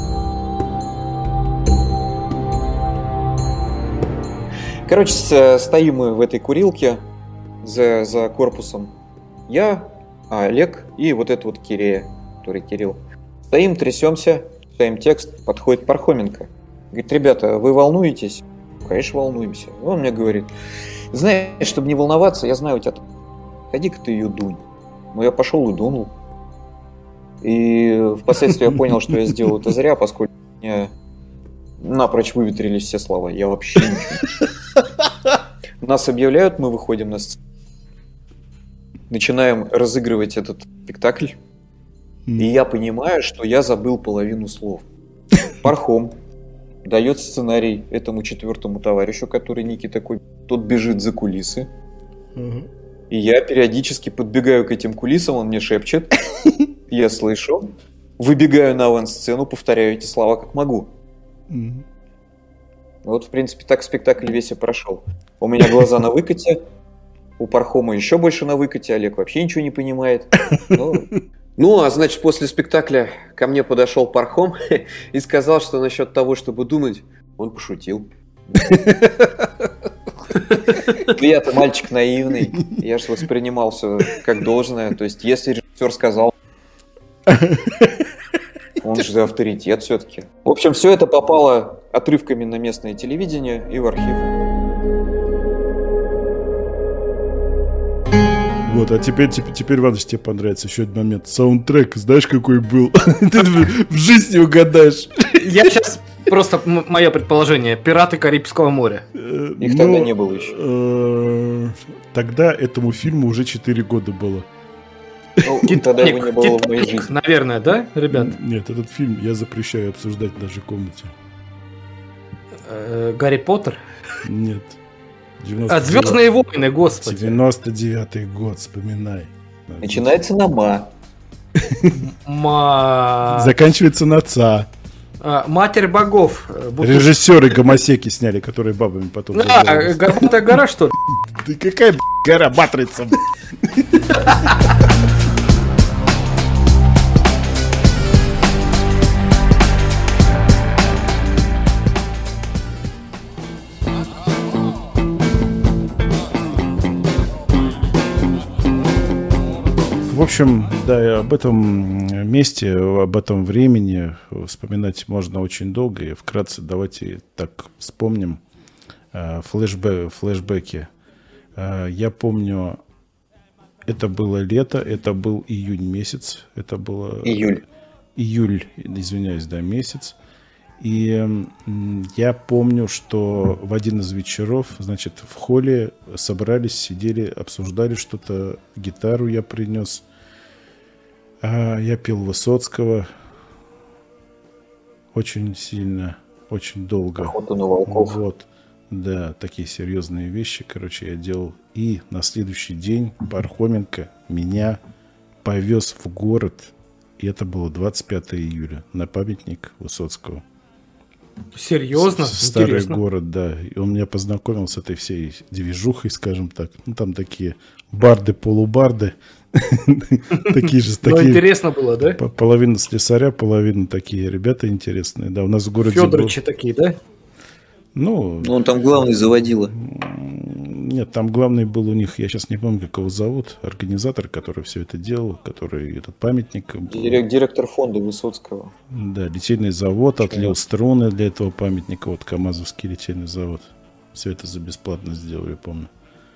Короче, стоим мы в этой курилке за, за корпусом. Я, Олег и вот этот вот Кирея, который Кирилл. Стоим, трясемся, читаем текст, подходит Пархоменко. Говорит, ребята, вы волнуетесь? Конечно, волнуемся. Он мне говорит, знаешь, чтобы не волноваться, я знаю, у тебя... Ходи-ка ты ее дунь. Ну, я пошел и дунул. И впоследствии я понял, что я сделал это зря, поскольку у меня напрочь выветрились все слова. Я вообще ничего. Нас объявляют, мы выходим на сцену. Начинаем разыгрывать этот спектакль. И я понимаю, что я забыл половину слов. Пархом дает сценарий этому четвертому товарищу, который некий такой. Тот бежит за кулисы. И я периодически подбегаю к этим кулисам, он мне шепчет. Я слышу. Выбегаю на авансцену, повторяю эти слова как могу. Вот, в принципе, так спектакль весь и прошел. У меня глаза на выкате. У Пархома еще больше на выкате. Олег вообще ничего не понимает. Ну, ну, а значит, после спектакля ко мне подошел Пархом и сказал, что насчет того, чтобы думать, он пошутил. Я-то мальчик наивный. Я же воспринимал все как должное. То есть, если режиссер сказал, он же авторитет все-таки. В общем, все это попало отрывками на местное телевидение и в архив. Вот, а теперь, теперь, теперь, Иваныч, тебе понравится еще один момент. Саундтрек, знаешь, какой был? Ты в жизни угадаешь. Я сейчас просто, мое предположение, «Пираты Карибского моря». Их тогда не было еще. Тогда этому фильму уже четыре года было. Тогда его не было в моей жизни. Наверное, да, ребят? Нет, этот фильм я запрещаю обсуждать в нашей комнате. Гарри Поттер? Нет. А «Звездные войны», господи. девяносто девятый год, вспоминай. Начинается на «ма». Ма. Заканчивается на «ца». А, «Матерь богов». Режиссеры гомосеки сняли, которые бабами потом... А, «Горбатая гора», что ли? Да какая гора? «Матрица». В общем, да, об этом месте, об этом времени вспоминать можно очень долго. И вкратце давайте так вспомним флешбэ, флешбеки. Я помню, это было лето, это был июнь месяц. Это было... Июль. Июль, извиняюсь, да, месяц. И я помню, что в один из вечеров, значит, в холле собрались, сидели, обсуждали что-то. Гитару я принес. А я пел Высоцкого. Очень сильно, очень долго. «Охоту на волков». Вот. Да, такие серьезные вещи, короче, я делал. И на следующий день Пархоменко меня повез в город. И это было двадцать пятого июля на памятник Высоцкого. Серьезно? В старый Интересно. город, да. И он меня познакомил с этой всей движухой, скажем так. Ну, там такие барды-полубарды. Такие же. Ну, интересно было, да? Половина слесаря, половина такие ребята интересные. Да, у нас в городе... Фёдорычи такие, да? Ну... Он там главный заводила. Нет, там главный был у них, я сейчас не помню, как его зовут, организатор, который все это делал, который этот памятник... Директор фонда Высоцкого. Да, литейный завод отлил струны для этого памятника, вот КамАЗовский литейный завод. Все это за бесплатно сделали, я помню.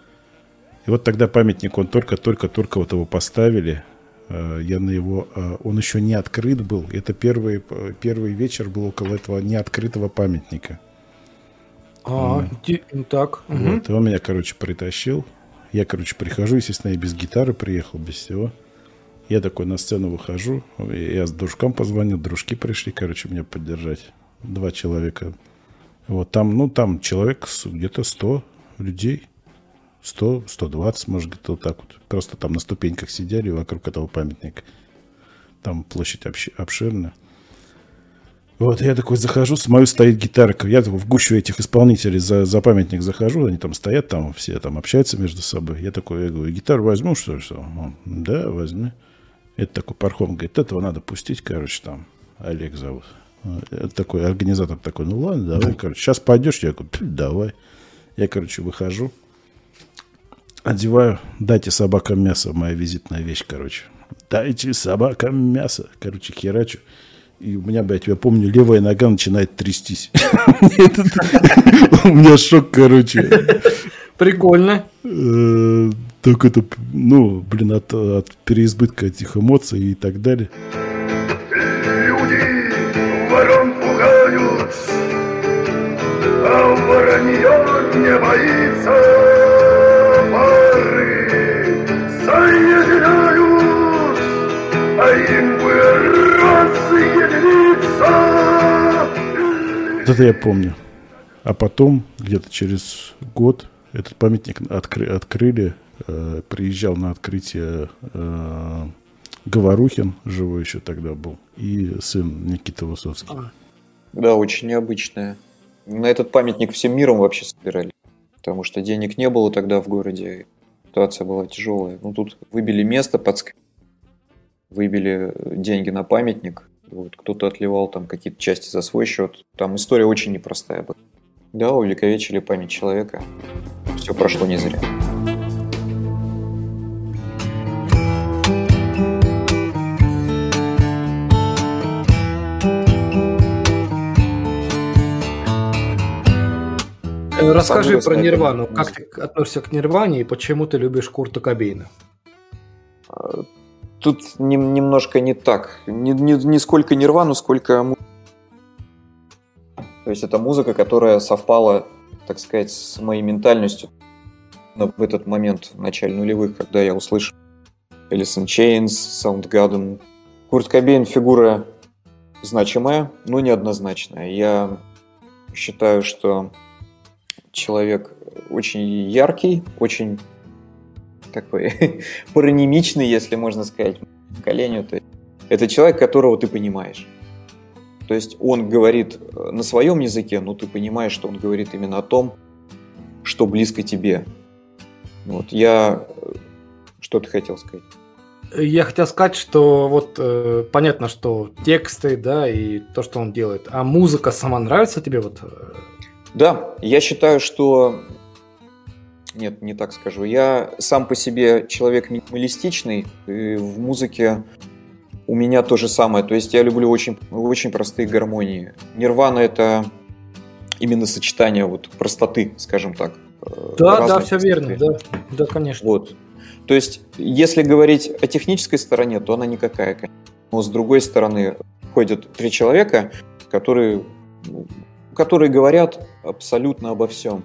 И вот тогда памятник, он только-только-только вот его поставили. Я на его... Он еще не открыт был. Это первый, первый вечер был около этого неоткрытого памятника. А, mm. так. Вот, угу. И он меня, короче, притащил. Я, короче, прихожу, естественно, я без гитары приехал, без всего. Я такой на сцену выхожу. Я с дружкам позвонил, дружки пришли, короче, меня поддержать. Два человека. Вот там, ну, там человек где-то сто людей. сто, сто двадцать, может, где-то вот так вот. Просто там на ступеньках сидели вокруг этого памятника. Там площадь обш... обширная. Вот, я такой захожу, с мою стоит гитарка. Я в гущу этих исполнителей за, за памятник захожу, они там стоят, там все там общаются между собой. Я такой, я говорю, гитару возьму, что ли? Что? Он, да, возьми. Это такой Пархом говорит, этого надо пустить, короче, там, Олег зовут. Это такой организатор такой, ну ладно, давай, короче, сейчас пойдешь? Я говорю, давай. Я, короче, выхожу, одеваю, дайте собакам мясо, моя визитная вещь, короче. Дайте собакам мясо, короче, херачу. И у меня, блядь, я помню, левая нога начинает трястись. У меня шок, короче. Прикольно. Так это, ну, блин, от переизбытка этих эмоций и так далее. а воронье не боится пары. Соединяют, а им бы разъединиться. Вот это я помню. А потом, где-то через год, этот памятник откры- открыли. Э, приезжал на открытие э, Говорухин, живой еще тогда был, и сын Никита Высоцкий. Да, очень необычное. На этот памятник всем миром вообще собирали. Потому что денег не было тогда в городе. Ситуация была тяжелая. Ну, тут выбили место под ск... Выбили деньги на памятник. Вот, кто-то отливал там какие-то части за свой счет. Там история очень непростая была. Да, увековечили память человека. Все прошло не зря. Расскажи про Нирвану. Как ты относишься к Нирване и почему ты любишь Курта Кобейна? Тут не, немножко не так. Не, не, не сколько Нирвану, сколько... То есть это музыка, которая совпала, так сказать, с моей ментальностью в этот момент, в начале нулевых, когда я услышал Alice in Chains, Soundgarden. Курт Кобейн фигура значимая, но неоднозначная. Я считаю, что человек очень яркий, очень такой паранимичный, если можно сказать, поколению. Это человек, которого ты понимаешь. То есть он говорит на своем языке, но ты понимаешь, что он говорит именно о том, что близко тебе. Вот я... Что ты хотел сказать? Я хотел сказать, что вот э, понятно, что тексты, да, и то, что он делает. А музыка сама нравится тебе? Вот? Да, я считаю, что... Нет, не так скажу. Я сам по себе человек минималистичный, и в музыке у меня то же самое. То есть я люблю очень, очень простые гармонии. Нирвана — это именно сочетание вот простоты, скажем так. Да, да, все верно, да, да, конечно. Вот. То есть, если говорить о технической стороне, то она никакая, конечно. Но с другой стороны, ходят три человека, которые, которые говорят абсолютно обо всем.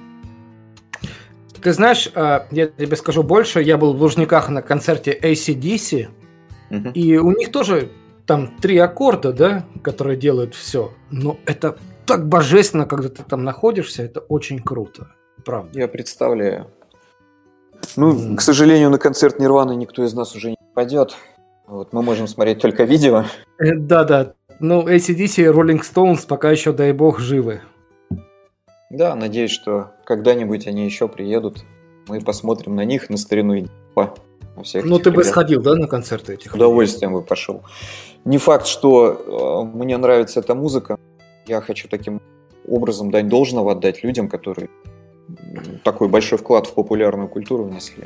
Ты знаешь, я тебе скажу больше, я был в Лужниках на концерте эй си ди си, uh-huh. и у них тоже там три аккорда, да, которые делают все, но это так божественно, когда ты там находишься, это очень круто, правда. Я представляю. Ну, mm. к сожалению, на концерт Нирваны никто из нас уже не пойдет. Вот, мы можем смотреть только видео. Да-да, ну, эй си ди си и Rolling Stones пока еще, дай бог, живы. Да, надеюсь, что когда-нибудь они еще приедут. Мы посмотрим на них, на старину и по всех. Ну, ты бы ребят. Сходил, да, на концерты этих? С удовольствием бы пошел. Не факт, что э, мне нравится эта музыка. Я хочу таким образом дань должного отдать людям, которые такой большой вклад в популярную культуру внесли.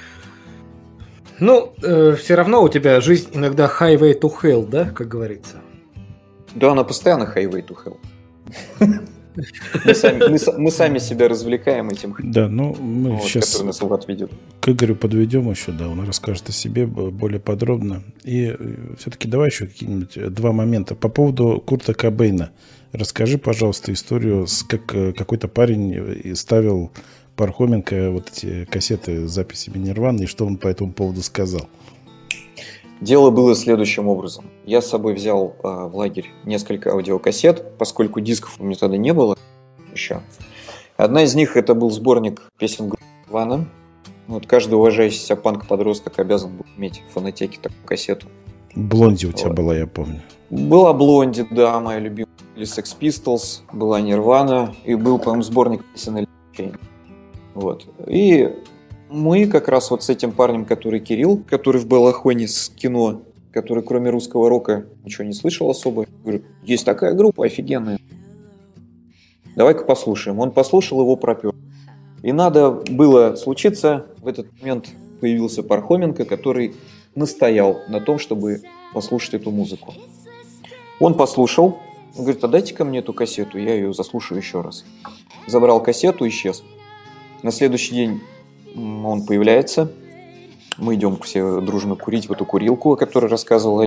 Ну, э, все равно у тебя жизнь иногда highway to hell, да, как говорится? Да, она постоянно highway to hell. Мы сами, мы, мы сами себя развлекаем этим. Да, ну мы вот, сейчас который нас отведет. К Игорю подведем еще, да, он расскажет о себе более подробно. И все-таки давай еще какие-нибудь два момента. По поводу Курта Кобейна. Расскажи, пожалуйста, историю, с как какой-то парень ставил Пархоменко вот эти кассеты с записями Нирваны, и что он по этому поводу сказал. Дело было следующим образом. Я с собой взял э, в лагерь несколько аудиокассет, поскольку дисков у меня тогда не было еще. Одна из них это был сборник песен Нирваны. Вот каждый уважающий себя панк-подросток обязан был иметь в фонотеке такую кассету. Блонди у тебя вот. Была, я помню. Была Блонди, да, моя любимая. Или Sex Pistols, была Нирвана, и был, по-моему, сборник песен Alice in Chains. Вот. И мы как раз вот с этим парнем, который Кирилл, который в Балахоне с кино, который кроме русского рока ничего не слышал особо, говорит, есть такая группа офигенная. Давай-ка послушаем. Он послушал, его пропер. И надо было случиться, в этот момент появился Пархоменко, который настоял на том, чтобы послушать эту музыку. Он послушал, он говорит, а дайте-ка мне эту кассету, я ее заслушаю еще раз. Забрал кассету, исчез. На следующий день он появляется, мы идем все дружно курить в эту курилку, о которой рассказывал.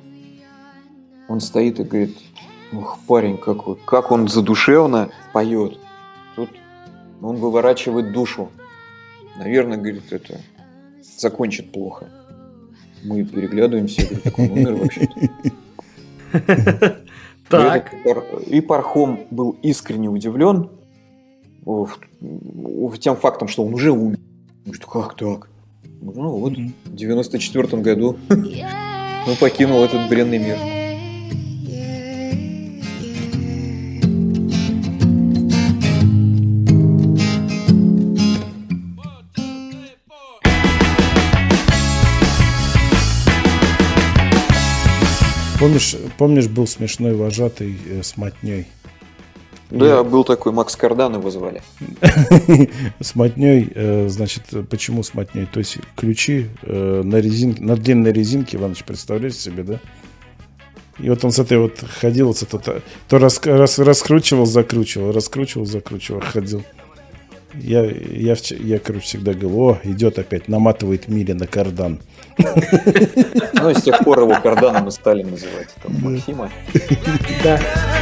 Он стоит и говорит, ух, парень, как, как он задушевно поет. Тут он выворачивает душу. Наверное, говорит, это закончит плохо. Мы переглядываемся, говорит, так он умер вообще-то. Так. И Пархом был искренне удивлен тем фактом, что он уже умер. Он говорит, как так? Ну вот, в девяносто четвёртом году он покинул этот бренный мир. Помнишь, помнишь, был смешной вожатый э, с мотней? Да, Я... был такой, Макс Кардан его звали. С мотней, э, значит, почему с мотней? То есть ключи э, на резинке, на длинной резинке, Иваныч, представляешь себе, да? И вот он с этой вот ходил, то, то, то рас, рас, раскручивал, закручивал, раскручивал, закручивал, ходил. Я, я, я, короче, всегда говорю, о, идет опять, наматывает мили на кардан. Ну, и с тех пор его карданом и стали называть. Там, Максима. Да.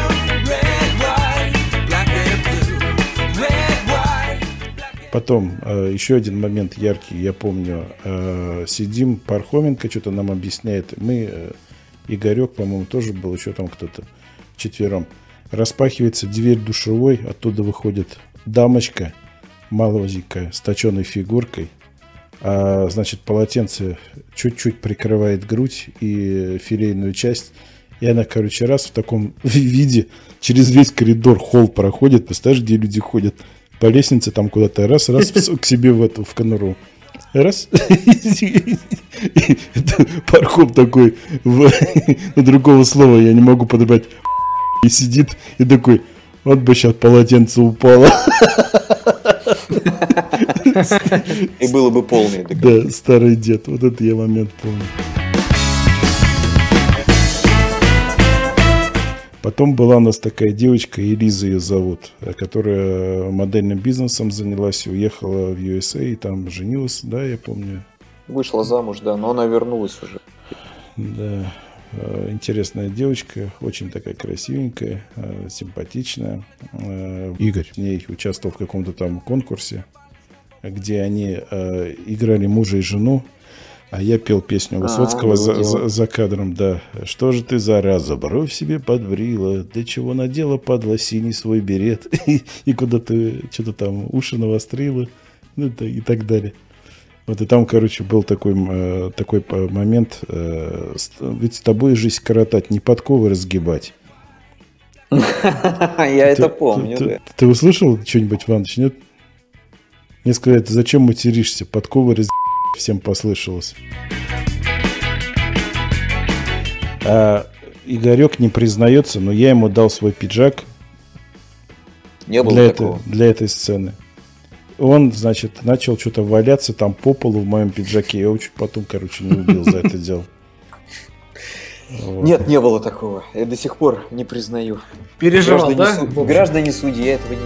Потом, э, еще один момент яркий, я помню, э, сидим, Пархоменко что-то нам объясняет. Мы, э, Игорек, по-моему, тоже был, еще там кто-то, вчетвером. Распахивается дверь душевой, оттуда выходит дамочка, малозенькая, с точеной фигуркой. А, значит, полотенце чуть-чуть прикрывает грудь и филейную часть. И она, короче, раз в таком виде через весь коридор, холл проходит. Представляешь, где люди ходят? По лестнице там куда-то раз-раз к себе в эту, в конуру. Раз. Пархом такой, ну, другого слова я не могу подобрать. И сидит и такой, вот бы сейчас полотенце упало. И было бы полное. Да, старый дед. Вот это я момент помню. Потом была у нас такая девочка, Элиза ее зовут, которая модельным бизнесом занялась, уехала в ю эс эй, и там женилась, да, я помню. Вышла замуж, да, но она вернулась уже. Да, интересная девочка, очень такая красивенькая, симпатичная. Игорь в ней участвовал в каком-то там конкурсе, где они играли мужа и жену. А я пел песню Высоцкого а, за, за, за кадром, да. Что же ты, зараза, бровь себе подбрила, для чего надела, падла, синий свой берет, и, и куда-то что-то там уши навострила, ну, и так далее. Вот и там, короче, был такой, э, такой момент, э, ведь с тобой жизнь коротать, не подковы разгибать. Я это помню. Ты услышал что-нибудь, Иваныч, нет? Мне сказали, ты зачем материшься, подковы разгибать? Всем послышалось. А Игорек не признается, но я ему дал свой пиджак не было для, такого. этой, для этой сцены. Он, значит, начал что-то валяться там по полу в моем пиджаке. Я его чуть потом, короче, не убил за это дело. Вот. Нет, не было такого. Я до сих пор не признаю. Переживал, граждане да? Суд... Граждане судьи, я этого не...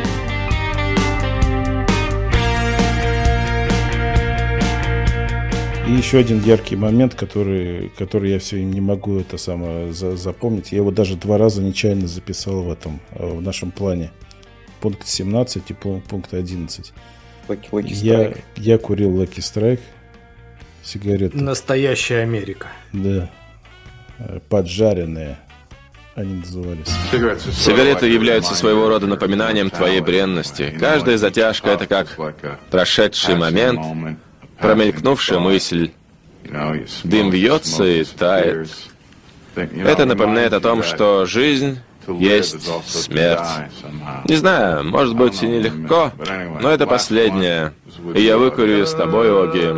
И еще один яркий момент, который, который я все не могу это самое за, запомнить. Я его даже два раза нечаянно записал в этом, в нашем плане. Пункт семнадцать и пункт одиннадцать. Lucky, Lucky я, я курил Lucky Strike сигареты. Настоящая Америка. Да. Поджаренные они назывались. Сигареты являются своего рода напоминанием твоей бренности. Каждая затяжка — это как прошедший момент, промелькнувшая мысль. Дым вьется и тает. Это напоминает о том, что жизнь есть смерть. Не знаю, может быть и нелегко, но это последнее. И я выкурю с тобой, Оги.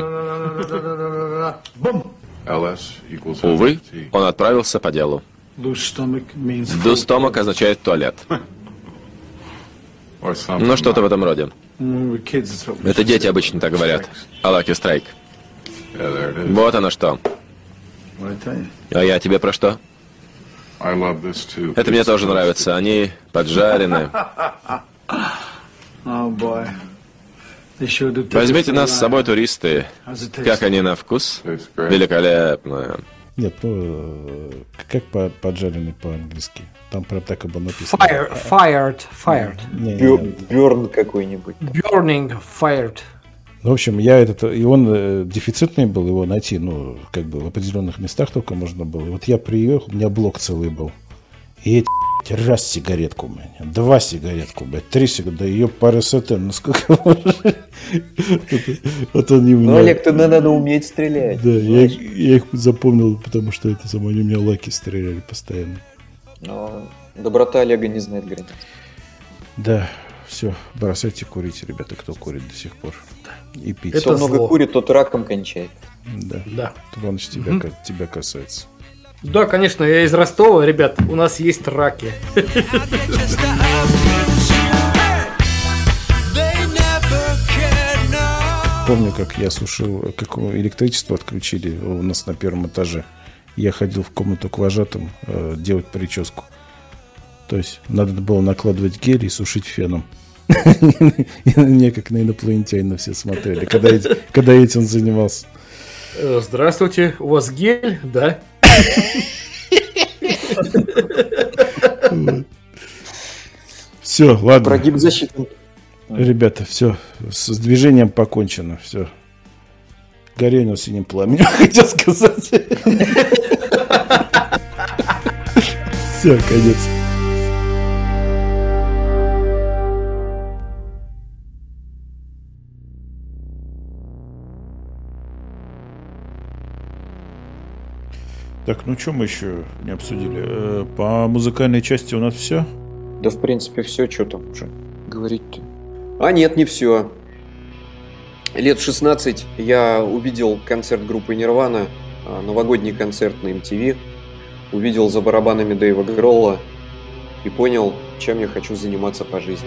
Увы, он отправился по делу. Дустомак означает туалет. Ну, что-то в этом роде. Это дети обычно так говорят. А Lucky Strike. Вот оно что. А я тебе про что? Это мне тоже нравится. Они поджарены. Возьмите нас с собой, туристы. Как они на вкус? Великолепно. Нет, ну, как по, поджаренный по-английски? Там прям так и было написано. Fire, fired, fired. Не, не, не. Burn какой-нибудь. Burning, fired. Ну, в общем, я этот, и он э, дефицитный был, его найти, ну, как бы в определенных местах только можно было. И вот я приехал, у меня блок целый был. И эти, раз сигаретку у меня, два сигаретку, блядь, три сигаретки, да ее пары сотен, ну сколько можно? Вот они у меня... Ну, Олег, ты надо уметь стрелять. Да, я их запомнил, потому что это самое, они у меня лаки стреляли постоянно. Но доброта Олега не знает границ. Да, все, бросайте курить, ребята, кто курит до сих пор. И пить. Кто много курит, тот раком кончает. Да. Да. Иваныч, тебя, угу. тебя касается. Да, конечно, я из Ростова, ребят, у нас есть раки. Помню, как я сушил, как электричество отключили у нас на первом этаже. Я ходил в комнату к вожатым э, делать прическу. То есть надо было накладывать гель и сушить феном. И на меня как на инопланетянина все смотрели, когда этим занимался. Здравствуйте, у вас гель, да? Все, ладно. Прогиб защиты. Ребята, все, с движением покончено, все. Горение синим пламенем, хотел сказать. Все, конец. Так, ну что мы еще не обсудили? По музыкальной части у нас все? Да, в принципе, все, что там уже говорить-то. А нет, не все. Лет в шестнадцать я увидел концерт группы Nirvana, новогодний концерт на эм ти ви. Увидел за барабанами Дэйва Гролла и понял, чем я хочу заниматься по жизни.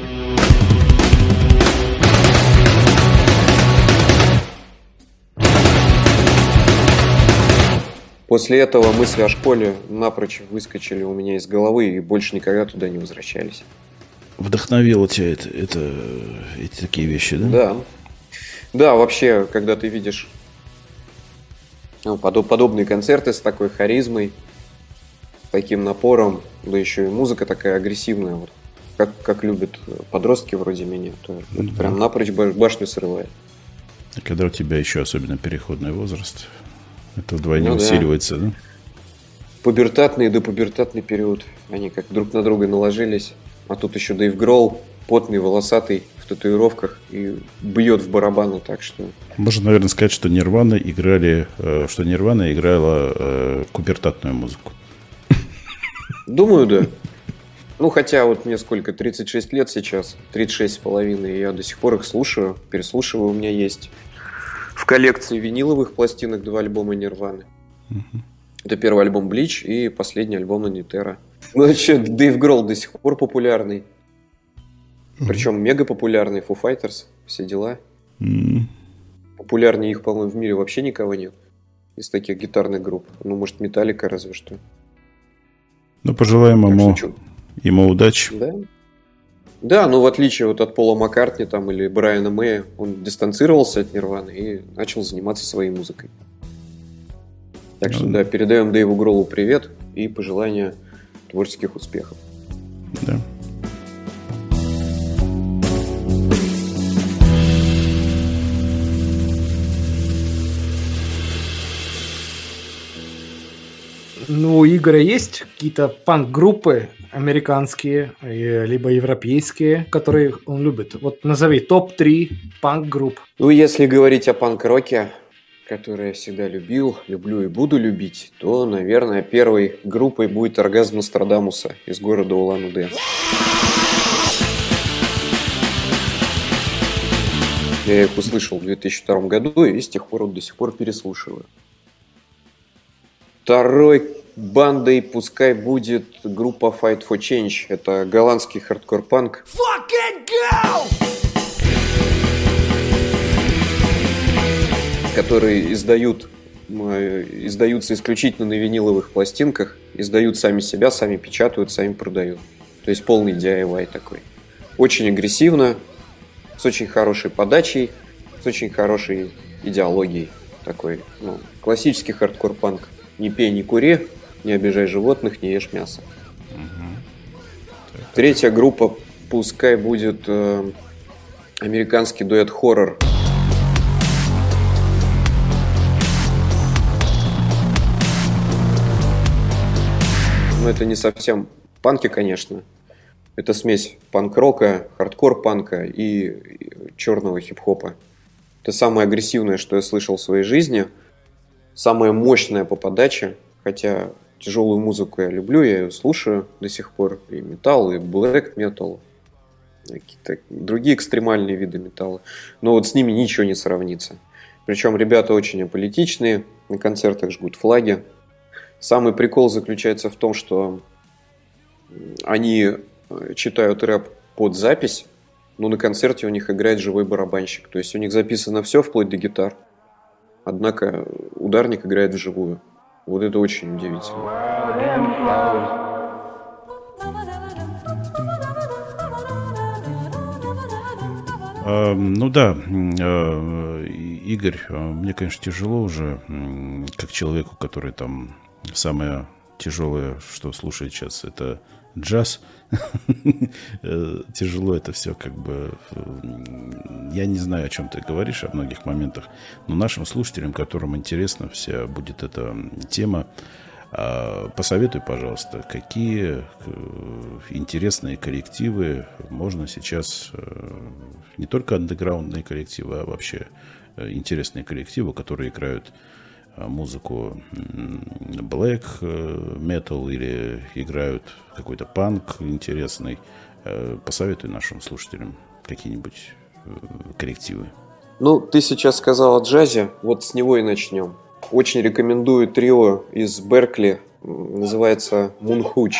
После этого мысли о школе напрочь выскочили у меня из головы и больше никогда туда не возвращались. Вдохновило тебя это, это, эти такие вещи, да? Да. Да, вообще, когда ты видишь ну, подоб, подобные концерты с такой харизмой, таким напором, да еще и музыка такая агрессивная, вот, как, как любят подростки вроде меня, то это да. Прям напрочь башню срывает. А когда у тебя еще особенно переходный возраст, это вдвойне ну, усиливается, да? да? Пубертатный и допубертатный период. Они как друг на друга наложились. А тут еще Дэйв Гролл, потный, волосатый, в татуировках и бьет в барабаны, так что... Можно, наверное, сказать, что Nirvana играли, что Nirvana играла э, пубертатную музыку. Думаю, да. Ну, хотя вот мне сколько, тридцать шесть лет сейчас, тридцать шесть с половиной, я до сих пор их слушаю, переслушиваю, у меня есть в коллекции виниловых пластинок два альбома Nirvana. Uh-huh. Это первый альбом Bleach и последний альбом Anitera. Ну, а что, Дэйв Гролл до сих пор популярный. Uh-huh. Причем мега популярный, Foo Fighters, все дела. Uh-huh. Популярнее их, по-моему, в мире вообще никого нет. Из таких гитарных групп. Ну, может, Metallica разве что. Ну, пожелаем ему, ему удачи. Да. Да, но в отличие вот от Пола Маккартни там, или Брайана Мэя, он дистанцировался от Нирваны и начал заниматься своей музыкой. Так что, да, передаем Дэйву Гроллу привет и пожелания творческих успехов. Да. Ну, у Игоря есть какие-то панк-группы американские, либо европейские, которые он любит? Вот назови топ три панк-групп. Ну, если говорить о панк-роке, который я всегда любил, люблю и буду любить, то, наверное, первой группой будет «Оргазм Нострадамуса» из города Улан-Удэ. Я их услышал в две тысячи втором году и с тех пор вот до сих пор переслушиваю. Второй бандой пускай будет группа Fight for Change. Это голландский хардкор-панк. Которые издают, издаются исключительно на виниловых пластинках, издают сами себя, сами печатают, сами продают. То есть полный ди ай вай такой. Очень агрессивно, с очень хорошей подачей, с очень хорошей идеологией. Такой, ну, классический хардкор-панк. Не пей, не кури, не обижай животных, не ешь мясо. Третья группа, пускай будет э, американский дуэт «Хоррор». Но это не совсем панки, конечно. Это смесь панк-рока, хардкор-панка и черного хип-хопа. Это самое агрессивное, что я слышал в своей жизни. Самое мощное по подаче. Хотя тяжелую музыку я люблю, я ее слушаю до сих пор. И металл, и блэк метал, какие-то другие экстремальные виды металла. Но вот с ними ничего не сравнится. Причем ребята очень аполитичные, на концертах жгут флаги. Самый прикол заключается в том, что они читают рэп под запись, но на концерте у них играет живой барабанщик. То есть у них записано все вплоть до гитар. Однако ударник играет вживую. Вот это очень удивительно. А, ну да, Игорь, мне, конечно, тяжело уже, как человеку, который там самое тяжелое, что слушает сейчас, это джаз. Тяжело это все, как бы. Я не знаю, о чем ты говоришь, о многих моментах, но нашим слушателям, которым интересна вся будет эта тема, посоветуй, пожалуйста, какие интересные коллективы можно сейчас, не только андеграундные коллективы, а вообще интересные коллективы, которые играют музыку black metal или играют какой-то панк интересный. Посоветуй нашим слушателям какие-нибудь коллективы. Ну, ты сейчас сказал о джазе, вот с него и начнем. Очень рекомендую трио из Беркли, называется Moonhooch.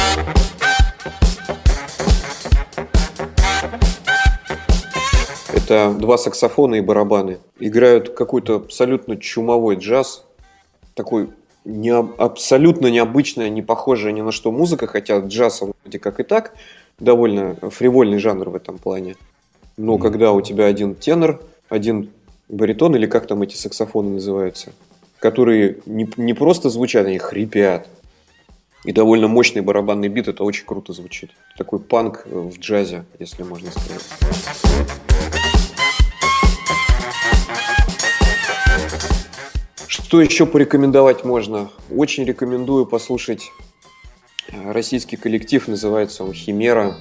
Это два саксофона и барабаны. Играют какой-то абсолютно чумовой джаз. Такой не, абсолютно необычная, не похожая ни на что музыка. Хотя джаз, он вроде как и так, довольно фривольный жанр в этом плане. Но mm-hmm. когда у тебя один тенор, один баритон, или как там эти саксофоны называются, которые не, не просто звучат, они хрипят. И довольно мощный барабанный бит, это очень круто звучит. Такой панк в джазе, если можно сказать. Что еще порекомендовать можно? Очень рекомендую послушать российский коллектив, называется он «Химера».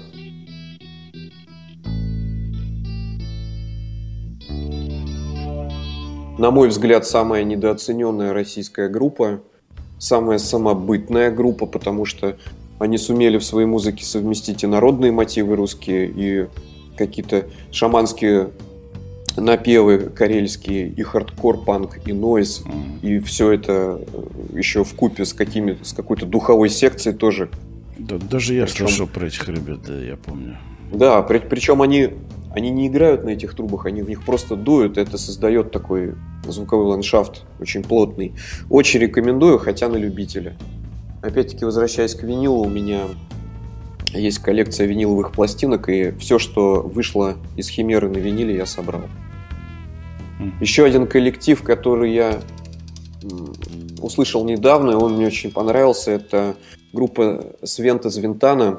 На мой взгляд, самая недооцененная российская группа, самая самобытная группа, потому что они сумели в своей музыке совместить и народные мотивы русские, и какие-то шаманские напевы карельские, и хардкор-панк, и нойз, mm. и все это еще вкупе с, какими, с какой-то духовой секцией тоже. Да, даже я причем... слышал про этих ребят, да, я помню. Да, при, причем они, они не играют на этих трубах, они в них просто дуют, это создает такой звуковой ландшафт очень плотный. Очень рекомендую, хотя на любителя. Опять-таки, возвращаясь к винилу, у меня есть коллекция виниловых пластинок, и все, что вышло из Химеры на виниле, я собрал. Mm. Еще один коллектив, который я услышал недавно, он мне очень понравился, это группа Свента Звентана.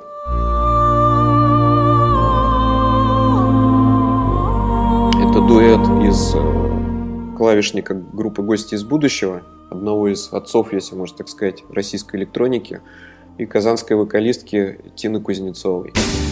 Это дуэт из клавишника группы «Гости из будущего», одного из отцов, если можно так сказать, российской электроники, и казанской вокалистки Тины Кузнецовой.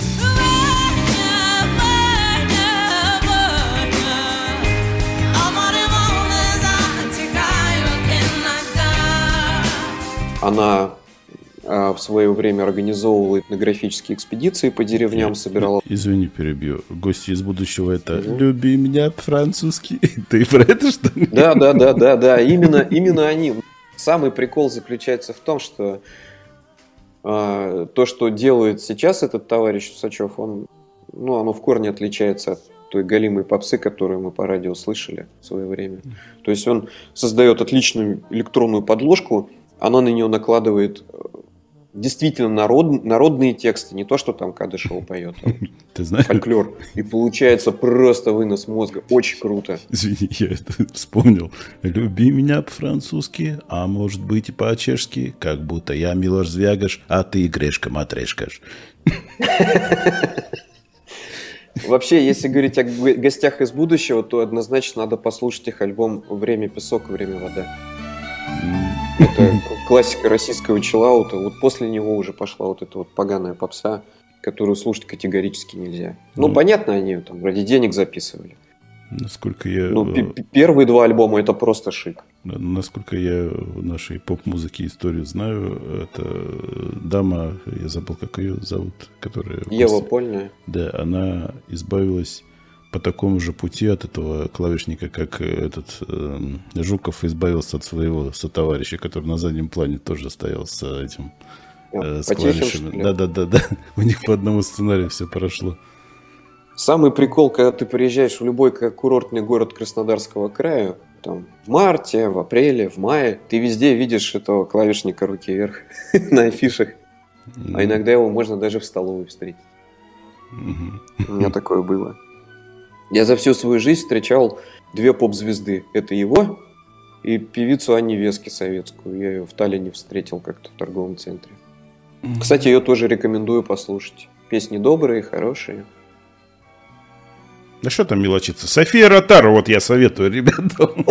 Она а, в свое время организовывала этнографические экспедиции по деревням, собирала... Извини, перебью. «Гости из будущего» — это угу. «Люби меня французский». Ты про это, что ли? Да, да, да, да, да. Именно, именно они. Самый прикол заключается в том, что а, то, что делает сейчас этот товарищ Усачев, он, ну, оно в корне отличается от той галимой попсы, которую мы по радио слышали в свое время. То есть он создает отличную электронную подложку, она на нее накладывает действительно народ, народные тексты, не то, что там Кадышева поет, а Ты знаешь? фольклор. И получается просто вынос мозга. Очень круто. Извини, я это вспомнил. Люби меня по-французски, а может быть и по-чешски, как будто я Милош Звягаш, а ты Грешка-матрешкаш. Вообще, если говорить о гостях из будущего, то однозначно надо послушать их альбом «Время песок, время вода». Это классика российского чиллаута. Вот после него уже пошла вот эта вот поганая попса, которую слушать категорически нельзя. Ну, ну понятно, они там ради денег записывали. Насколько я... Ну, п- первые два альбома — это просто шик. Насколько я нашей поп-музыки историю знаю, это дама, я забыл, как ее зовут, которая... Ева после... Польная. Да, она избавилась по такому же пути от этого клавишника, как этот э, Жуков избавился от своего сотоварища, который на заднем плане тоже стоял с этим, э, с клавишами. Да-да-да, у них по одному сценарию все прошло. Самый прикол, когда ты приезжаешь в любой курортный город Краснодарского края, там, в марте, в апреле, в мае, ты везде видишь этого клавишника руки вверх на афишах. Mm-hmm. А иногда его можно даже в столовой встретить. Mm-hmm. У меня такое было. Я за всю свою жизнь встречал две поп-звезды. Это его и певицу Анни Вески советскую. Я ее в Таллине встретил как-то в торговом центре. Mm-hmm. Кстати, ее тоже рекомендую послушать. Песни добрые, хорошие. Да что там мелочиться? София Ротару, вот я советую ребятам.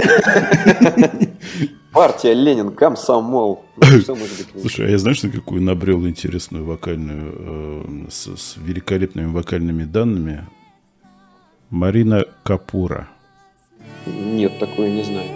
Партия, Ленин, комсомол. Что может быть лучше? Слушай, а я знаешь, на какую набрел интересную вокальную, э, с, с великолепными вокальными данными? Марина Капура. Нет, такое не знаю.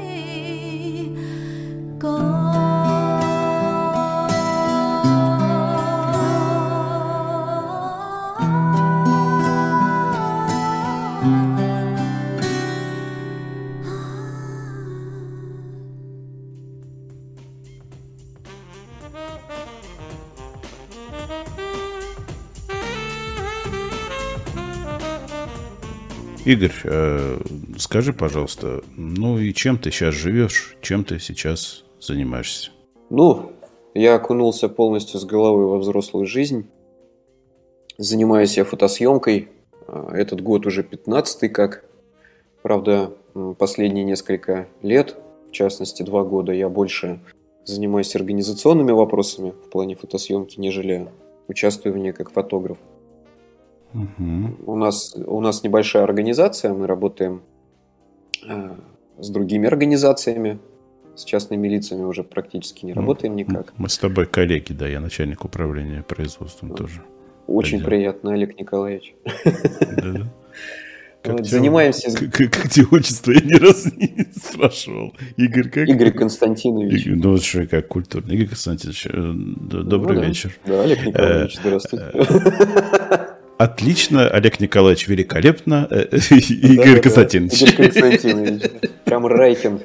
Игорь, э, скажи, пожалуйста, ну и чем ты сейчас живешь, чем ты сейчас занимаешься? Ну, я окунулся полностью с головой во взрослую жизнь. Занимаюсь я фотосъемкой. Этот год уже пятнадцатый как. Правда, последние несколько лет, в частности два года, я больше занимаюсь организационными вопросами в плане фотосъемки, нежели участвую в ней как фотограф. Uh-huh. У нас, у нас небольшая организация, мы работаем э, с другими организациями, с частными лицами уже практически не работаем никак. Мы с тобой коллеги, да, я начальник управления производством uh-huh. тоже. Очень Пойдем. Приятно, Олег Николаевич. Да-да. Как вот, занимаемся... Как, как, как тебе отчество, я ни разу не спрашивал. Игорь как? Игорь Константинович. Игорь, ну, что, как культурно. Игорь Константинович, добрый ну, да. вечер. Да, Олег Николаевич, здравствуйте. Отлично, Олег Николаевич, великолепно. Игорь Константинович. Игорь Константинович. Прям Райкин.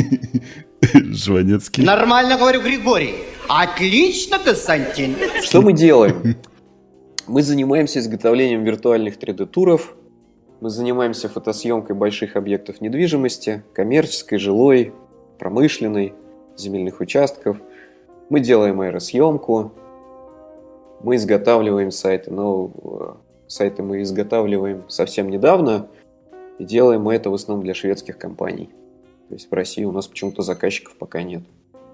Жванецкий. Нормально говорю, Григорий. Отлично, Константин. Что мы делаем? Мы занимаемся изготовлением виртуальных три дэ-туров. Мы занимаемся фотосъемкой больших объектов недвижимости, коммерческой, жилой, промышленной, земельных участков. Мы делаем аэросъемку. Мы изготавливаем сайты, но сайты мы изготавливаем совсем недавно, и делаем мы это в основном для шведских компаний. То есть в России у нас почему-то заказчиков пока нет.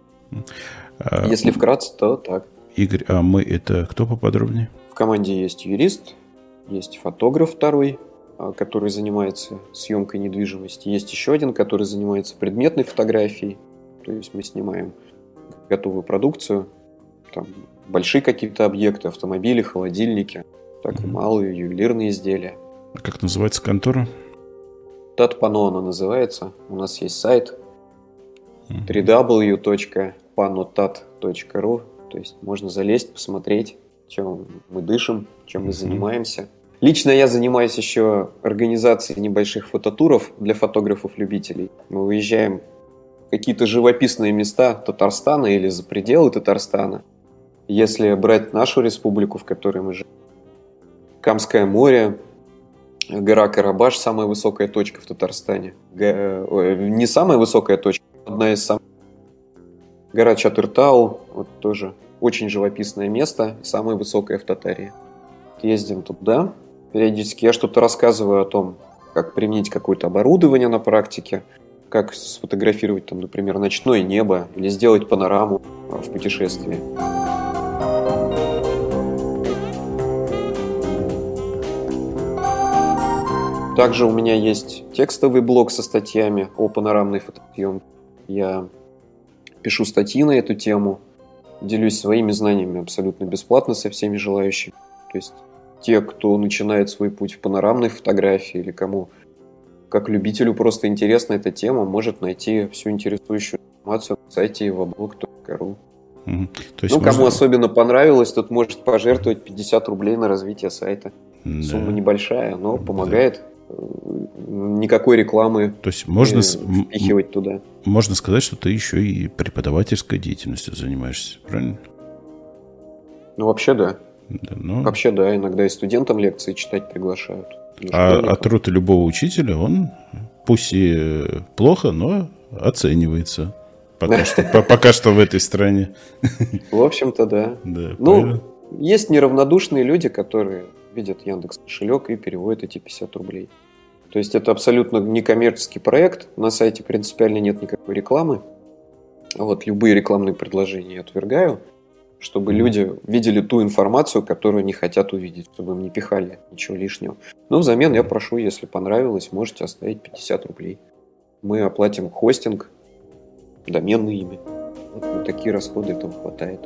А... Если вкратце, то так. Игорь, а мы это кто поподробнее? В команде есть юрист, есть фотограф второй, который занимается съемкой недвижимости. Есть еще один, который занимается предметной фотографией. То есть мы снимаем готовую продукцию, там, большие какие-то объекты, автомобили, холодильники, так и малые ювелирные изделия. А как называется контора? Татпано она называется. У нас есть сайт дабл ю дабл ю дабл ю точка panotat точка ру. То есть можно залезть, посмотреть, чем мы дышим, чем мы занимаемся. Лично я занимаюсь еще организацией небольших фототуров для фотографов-любителей. Мы выезжаем в какие-то живописные места Татарстана или за пределы Татарстана. Если брать нашу республику, в которой мы живем, Камское море, гора Карабаш, самая высокая точка в Татарстане. Г... Не самая высокая точка, одна из самых. Гора Чатыртау, вот тоже очень живописное место, самое высокое в Татарии. Ездим туда. Периодически я что-то рассказываю о том, как применить какое-то оборудование на практике, как сфотографировать, там, например, ночное небо или сделать панораму в путешествии. Также у меня есть текстовый блог со статьями о панорамной фотосъемке. Я пишу статьи на эту тему, делюсь своими знаниями абсолютно бесплатно со всеми желающими. То есть те, кто начинает свой путь в панорамной фотографии или кому, как любителю, просто интересна эта тема, может найти всю интересующую информацию на сайте evoblog точка ру. Mm-hmm. То есть ну, можно... кому особенно понравилось, тот может пожертвовать пятьдесят рублей на развитие сайта. Да. Сумма небольшая, но помогает. Да. Никакой рекламы То есть можно впихивать туда. Можно сказать, что ты еще и преподавательской деятельностью занимаешься, правильно? Ну, вообще да. да но... Вообще да, иногда и студентам лекции читать приглашают. А, а труд любого учителя, он пусть и плохо, но оценивается. Пока, что, пока что в этой стране. В общем-то, да. да ну, есть неравнодушные люди, которые видят Яндекс.Кошелек и переводят эти пятьдесят рублей. То есть это абсолютно некоммерческий проект. На сайте принципиально нет никакой рекламы. Вот любые рекламные предложения я отвергаю, чтобы люди видели ту информацию, которую они хотят увидеть, чтобы им не пихали ничего лишнего. Но взамен я прошу, если понравилось, можете оставить пятьдесят рублей. Мы оплатим хостинг, доменное имя. Вот на такие расходы этого хватает.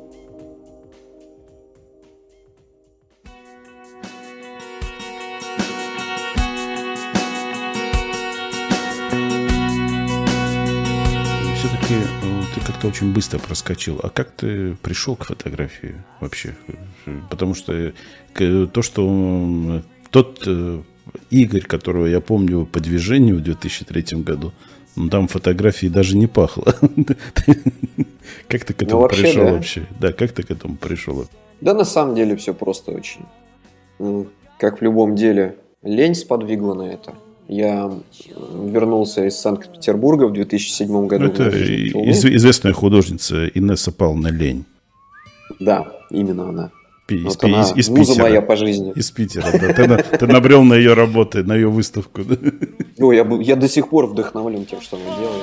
Все-таки ты как-то очень быстро проскочил. А как ты пришел к фотографии вообще? Потому что то, что тот Игорь, которого я помню по движению в две тысячи третьем году, ну, там фотографии даже не пахло. Как ты к этому ну, пришел да. вообще? Да, как ты к этому пришел? Да, на самом деле все просто очень. Как в любом деле, лень сподвигла на это. Я вернулся из Санкт-Петербурга в две тысячи седьмом году. Это из- известная художница Инесса Павловна Лень. Да, именно она. Из, вот из, она из муза Питера. моя по жизни. Из Питера, да. Ты, на, ты набрел на ее работы, на ее выставку. Да? О, я, был, я до сих пор вдохновлен тем, что она делает.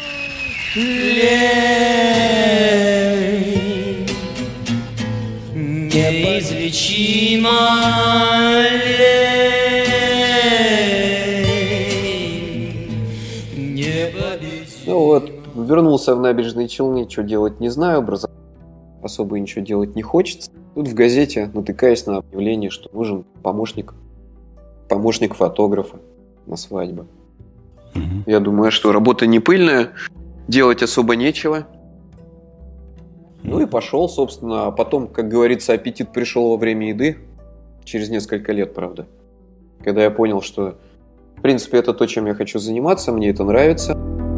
Лень, неизлечима лень, непобедима. Ну вот, вернулся в Набережные Челны, что делать не знаю, образование особо ничего делать не хочется. Тут в газете натыкаюсь на объявление, что нужен помощник, помощник фотографа на свадьбу. Угу. Я думаю, а что, работа не пыльная, делать особо нечего. Ну и пошел, собственно. А потом, как говорится, аппетит пришел во время еды. Через несколько лет, правда. Когда я понял, что, в принципе, это то, чем я хочу заниматься, мне это нравится.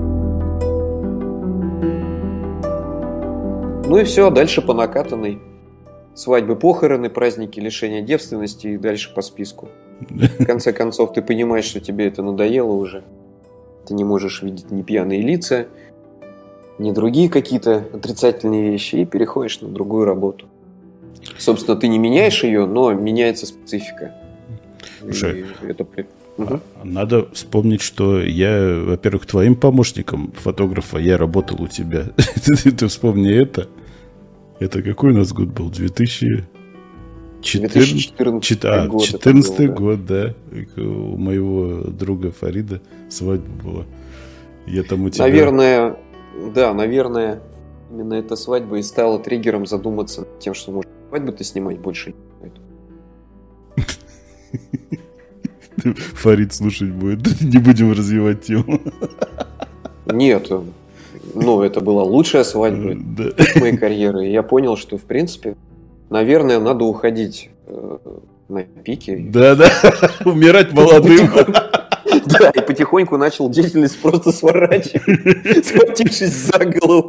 Ну и все, дальше по накатанной. Свадьбы, похороны, праздники, лишения девственности и дальше по списку. В конце концов, ты понимаешь, что тебе это надоело уже. Ты не можешь видеть ни пьяные лица, ни другие какие-то отрицательные вещи, и переходишь на другую работу. Собственно, ты не меняешь ее, но меняется специфика. Слушай, это... угу. Надо вспомнить, что я, во-первых, твоим помощником фотографа, я работал у тебя. Ты вспомни это. Это какой у нас год был? две тысячи четырнадцатый год, да. У моего друга Фарида свадьба была. Я там у тебя... Наверное, да, наверное, именно эта свадьба и стала триггером задуматься над тем, что может свадьбу-то снимать больше не Фарид слушать будет. Не будем развивать тему. Нет, ну, это была лучшая свадьба да. в моей карьере. И я понял, что, в принципе, наверное, надо уходить э, на пике. Да-да, умирать молодым. Да, и потихоньку начал деятельность просто сворачивать, схватившись за голову.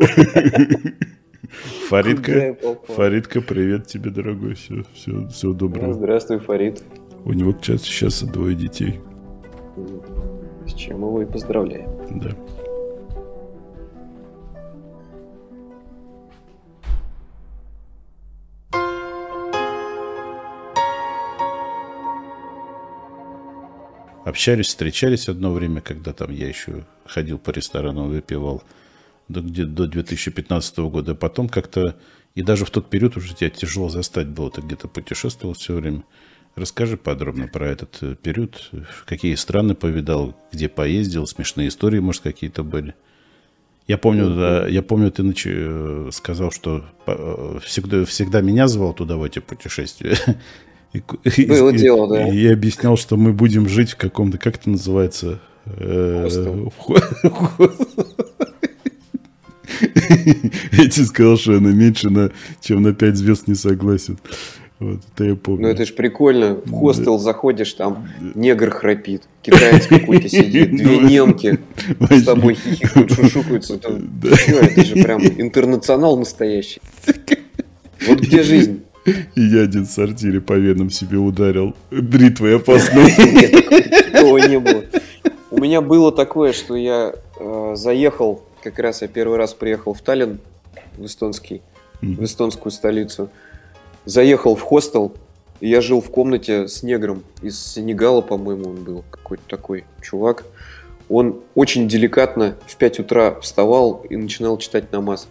Фаридка, Фаридка, привет тебе, дорогой. Все, все, всего доброго. Здравствуй, Фарид. У него сейчас двое детей. С чем его и поздравляем. Да. общались, встречались одно время, когда там я еще ходил по ресторанам, выпивал до, где, до две тысячи пятнадцатого года. Потом как-то, и даже в тот период уже тебя тяжело застать было, ты где-то путешествовал все время. Расскажи подробно про этот период, какие страны повидал, где поездил, смешные истории, может, какие-то были. Я помню, да, я помню, ты нач... сказал, что всегда, всегда меня звал туда в эти путешествия. Было и, дело, да. И я объяснял, что мы будем жить в каком-то, как это называется? Я тебе сказал, что она меньше, на, чем на пять звезд не согласен. Вот, это я помню. Ну это ж прикольно. В хостел да. заходишь, там негр храпит, китаец какой-то сидит, две немки с тобой хихикают, шушукаются. Это же прям интернационал настоящий. Вот где жизнь? И я один в сортире по венам себе ударил бритвой опасной. Нет, такого не было. У меня было такое, что я заехал, как раз я первый раз приехал в Таллин, в эстонский, в эстонскую столицу. Заехал в хостел, и я жил в комнате с негром из Сенегала, по-моему, он был какой-то такой чувак. Он очень деликатно в пять утра вставал и начинал читать намаз.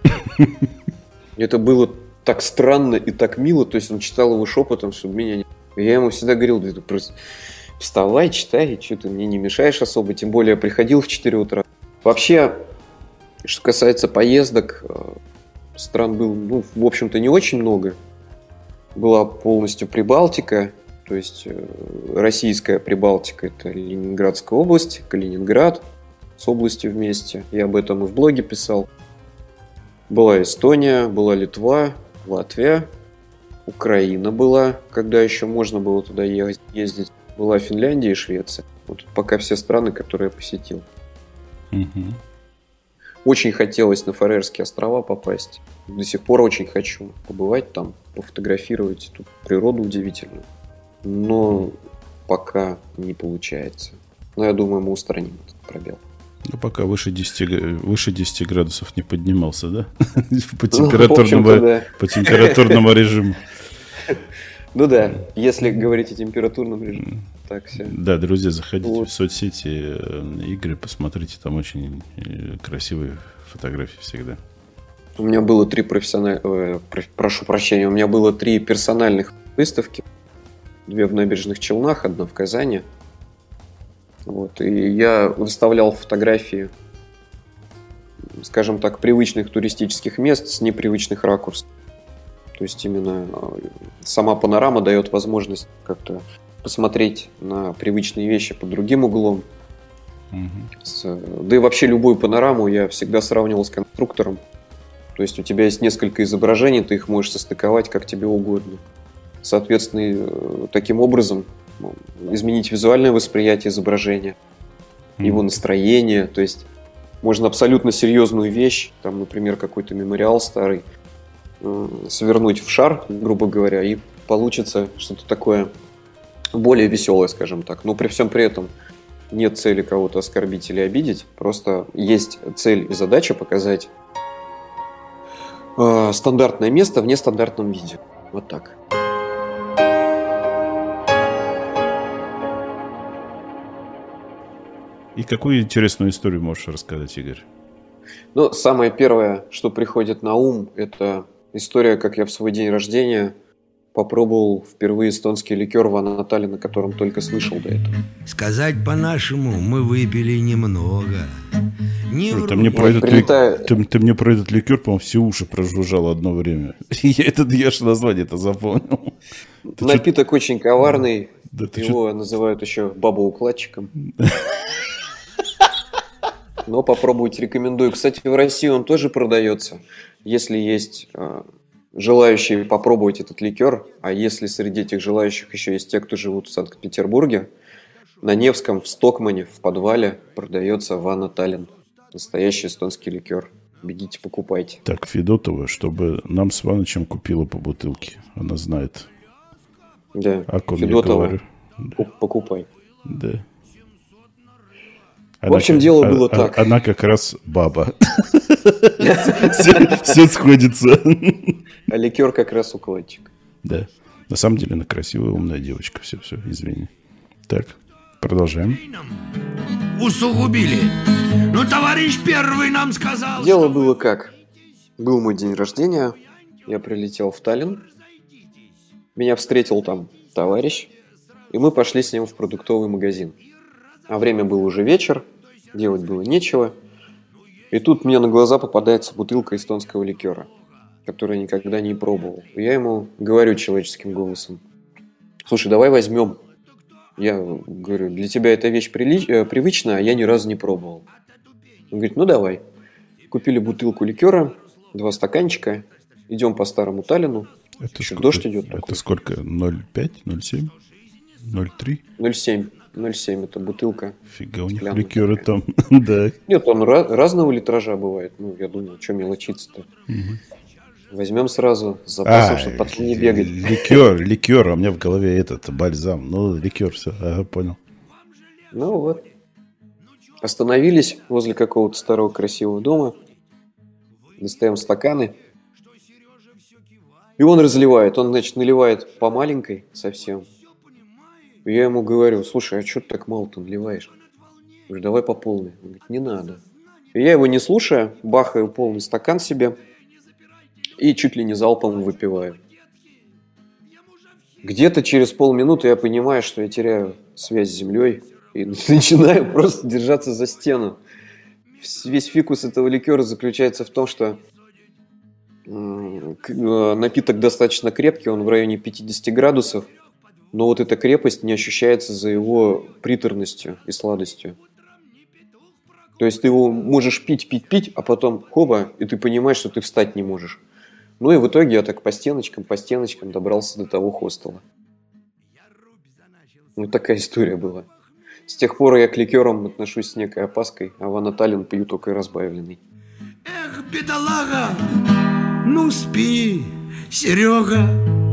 Это было так странно и так мило, то есть он читал его шепотом, чтобы меня не... Я ему всегда говорил, да, просто вставай, читай, что ты мне не мешаешь особо, тем более я приходил в четыре утра. Вообще, что касается поездок, стран было, ну, в общем-то, не очень много. Была полностью Прибалтика, то есть российская Прибалтика, это Ленинградская область, Калининград с областью вместе. Я об этом и в блоге писал. Была Эстония, была Литва, Латвия, Украина была, когда еще можно было туда ездить. Была Финляндия и Швеция. Вот пока все страны, которые я посетил. Угу. Очень хотелось на Фарерские острова попасть. До сих пор очень хочу побывать там, пофотографировать эту природу удивительную. Но пока не получается. Но я думаю, мы устраним этот пробел. Ну, пока выше десяти, выше десяти градусов не поднимался, да? По температурному, да. По температурному режиму. Ну да, если говорить о температурном режиме. Так все. Да, друзья, заходите вот. в соцсети Игоря, посмотрите, там очень красивые фотографии всегда. У меня было три профессиональных, прошу прощения, у меня было три персональных выставки. Две в Набережных Челнах, одна в Казани. Вот, и я выставлял фотографии, скажем так, привычных туристических мест с непривычных ракурсов. То есть именно сама панорама дает возможность как-то посмотреть на привычные вещи под другим углом. Mm-hmm. С, да и вообще любую панораму я всегда сравнивал с конструктором. То есть у тебя есть несколько изображений, ты их можешь состыковать как тебе угодно. Соответственно, таким образом изменить визуальное восприятие изображения, mm-hmm. его настроение. То есть можно абсолютно серьезную вещь, там, например, какой-то мемориал старый, свернуть в шар, грубо говоря, и получится что-то такое более веселое, скажем так. Но при всем при этом нет цели кого-то оскорбить или обидеть. Просто есть цель и задача показать э, стандартное место в нестандартном виде. Вот так. И какую интересную историю можешь рассказать, Игорь? Ну, самое первое, что приходит на ум, это история, как я в свой день рождения попробовал впервые эстонский ликер Вана Таллин, о котором только слышал до этого. Сказать по-нашему, мы выпили немного. Не Ой, ты, мне про этот прилетаю... ли... ты, ты мне про этот ликер, по-моему, все уши прожужжал одно время. Я этот я же название-то запомнил. Ты Напиток что... очень коварный. Да, Его что... называют еще бабоукладчиком. Но попробовать рекомендую. Кстати, в России он тоже продается. Если есть э, желающие попробовать этот ликер, а если среди этих желающих еще есть те, кто живут в Санкт-Петербурге, на Невском, в Стокмане, в подвале продается Вана Таллин. Настоящий эстонский ликер. Бегите, покупайте. Так, Федотова, чтобы нам с Ванычем купила по бутылке. Она знает. Да, о ком Федотова, я говорю. Покупай. Да. Она, в общем, дело было а, так. Она как раз баба. Все сходится. А ликер как раз укладчик. Да. На самом деле она красивая, умная девочка. Все, все, извини. Так. Продолжаем. Усугубили. Ну, товарищ первый нам сказал... Дело было как. Был мой день рождения. Я прилетел в Таллин. Меня встретил там товарищ. И мы пошли с ним в продуктовый магазин. А время было уже вечер. Делать было нечего. И тут мне на глаза попадается бутылка эстонского ликера, который я никогда не пробовал. И я ему говорю человеческим голосом: слушай, давай возьмем. Я говорю, для тебя эта вещь прили... привычная, а я ни разу не пробовал. Он говорит, ну давай. Купили бутылку ликера, два стаканчика, идем по старому Таллину. Это Еще сколько, дождь идет. Это такой. сколько? ноль пять, ноль семь, ноль три? ноль семь. ноль семь это бутылка. Фига, у них Склянная ликеры такая. там, да. Нет, он ra- разного литража бывает. Ну, я думаю, что мелочиться-то. Угу. Возьмем сразу с запасом, А, чтобы потом не бегать. Ликер, ликер, а у меня в голове этот бальзам. Ну, ликер, все, ага, понял. Ну вот. Остановились возле какого-то старого красивого дома. Достаем стаканы. И он разливает. Он, значит, наливает по маленькой совсем. И я ему говорю, слушай, а что ты так мало-то наливаешь? Я говорю, давай по полной. Он говорит, не надо. И я его не слушая, бахаю полный стакан себе и чуть ли не залпом выпиваю. Где-то через полминуты я понимаю, что я теряю связь с землей и начинаю просто держаться за стену. Весь фикус этого ликера заключается в том, что напиток достаточно крепкий, он в районе пятьдесят градусов, но вот эта крепость не ощущается за его приторностью и сладостью. То есть ты его можешь пить, пить, пить, а потом хоба, и ты понимаешь, что ты встать не можешь. Ну и в итоге я так по стеночкам, по стеночкам добрался до того хостела. Вот такая история была. С тех пор я к ликерам отношусь с некой опаской, а в Таллин пью только разбавленный. Эх, бедолага, ну спи, Серега.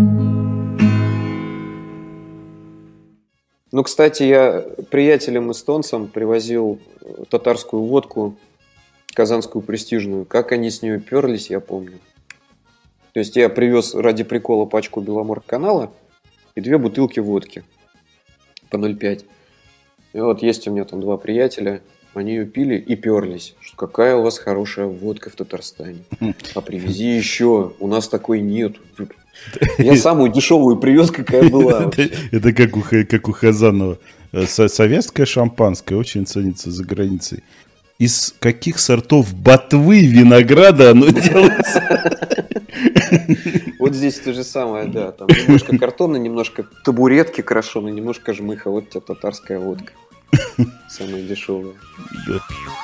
Ну, кстати, я приятелям-эстонцам привозил татарскую водку, казанскую престижную. Как они с нее перлись, я помню. То есть я привез ради прикола пачку Беломор-канала и две бутылки водки по ноль пять. И вот есть у меня там два приятеля, они ее пили и перлись. Что какая у вас хорошая водка в Татарстане. А привези еще, у нас такой нет. Я самую дешевую привез, какая была. Это как у, как у Хазанова. Советское шампанское очень ценится за границей. Из каких сортов ботвы винограда оно делается? Вот здесь то же самое, да. Там немножко картона, немножко табуретки крашеные, немножко жмыха. Вот у тебя татарская водка. Самая дешевая. Да.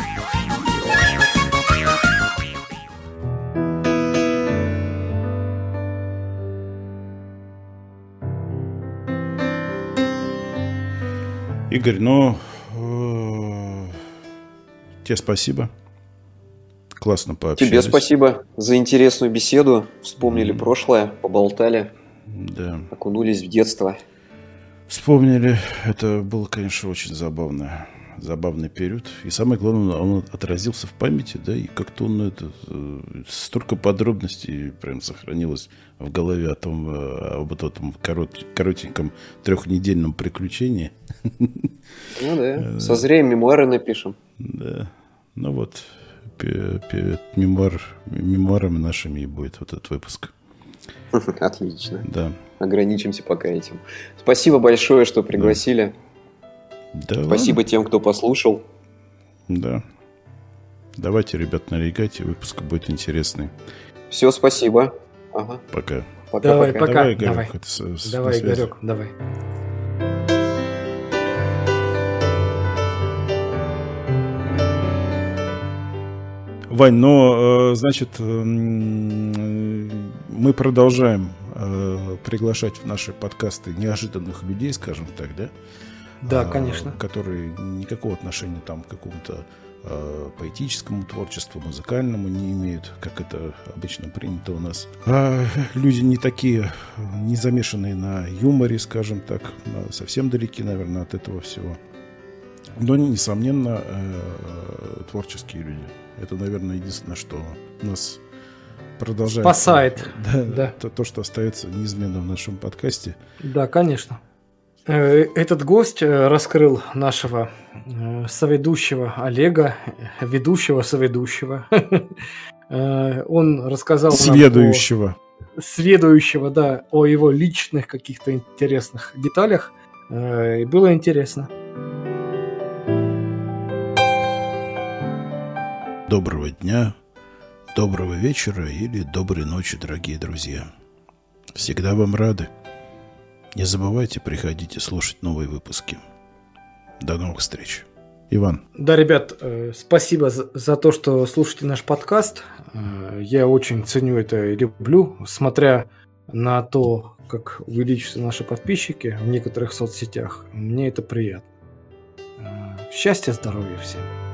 Игорь, ну, э, тебе спасибо. Классно пообщались. Тебе спасибо за интересную беседу. Вспомнили mm. прошлое, поболтали. Да. Окунулись в детство. Вспомнили. Это было, конечно, очень забавно. Забавный период. И самое главное, он отразился в памяти, да, и как-то он, это, столько подробностей прям сохранилось в голове о том, об этом корот, коротеньком трехнедельном приключении. Ну да, созреем, мемуары напишем. Да, ну вот, мемуар, мемуарами нашими и будет вот этот выпуск. Отлично. Да. Ограничимся пока этим. Спасибо большое, что пригласили. Да, спасибо ладно. Тем, кто послушал. Да. Давайте, ребят, налегайте, выпуск будет интересный. Все, спасибо. Ага. Пока. Пока, давай, пока. Давай, Игорек, давай. Это с, с, давай Игорек, давай. Вань, ну, значит, мы продолжаем приглашать в наши подкасты неожиданных людей, скажем так, да? Да, конечно. Которые никакого отношения там к какому-то э, поэтическому творчеству, музыкальному не имеют, как это обычно принято у нас. А люди не такие, не замешанные на юморе, скажем так, совсем далеки, наверное, от этого всего. Но, несомненно, э, творческие люди. Это, наверное, единственное, что нас продолжает... Спасает. Да, да. То, то, что остается неизменно в нашем подкасте. Да, конечно. Этот гость раскрыл нашего соведущего Олега, ведущего соведущего. Он рассказал Сведущего. нам о... Сведущего, да, о его личных каких-то интересных деталях. И было интересно. Доброго дня, доброго вечера или доброй ночи, дорогие друзья. Всегда вам рады. Не забывайте, приходите слушать новые выпуски. До новых встреч. Иван. Да, ребят, спасибо за, за то, что слушаете наш подкаст. Я очень ценю это и люблю. Смотря на то, как увеличатся наши подписчики в некоторых соцсетях, мне это приятно. Счастья, здоровья всем.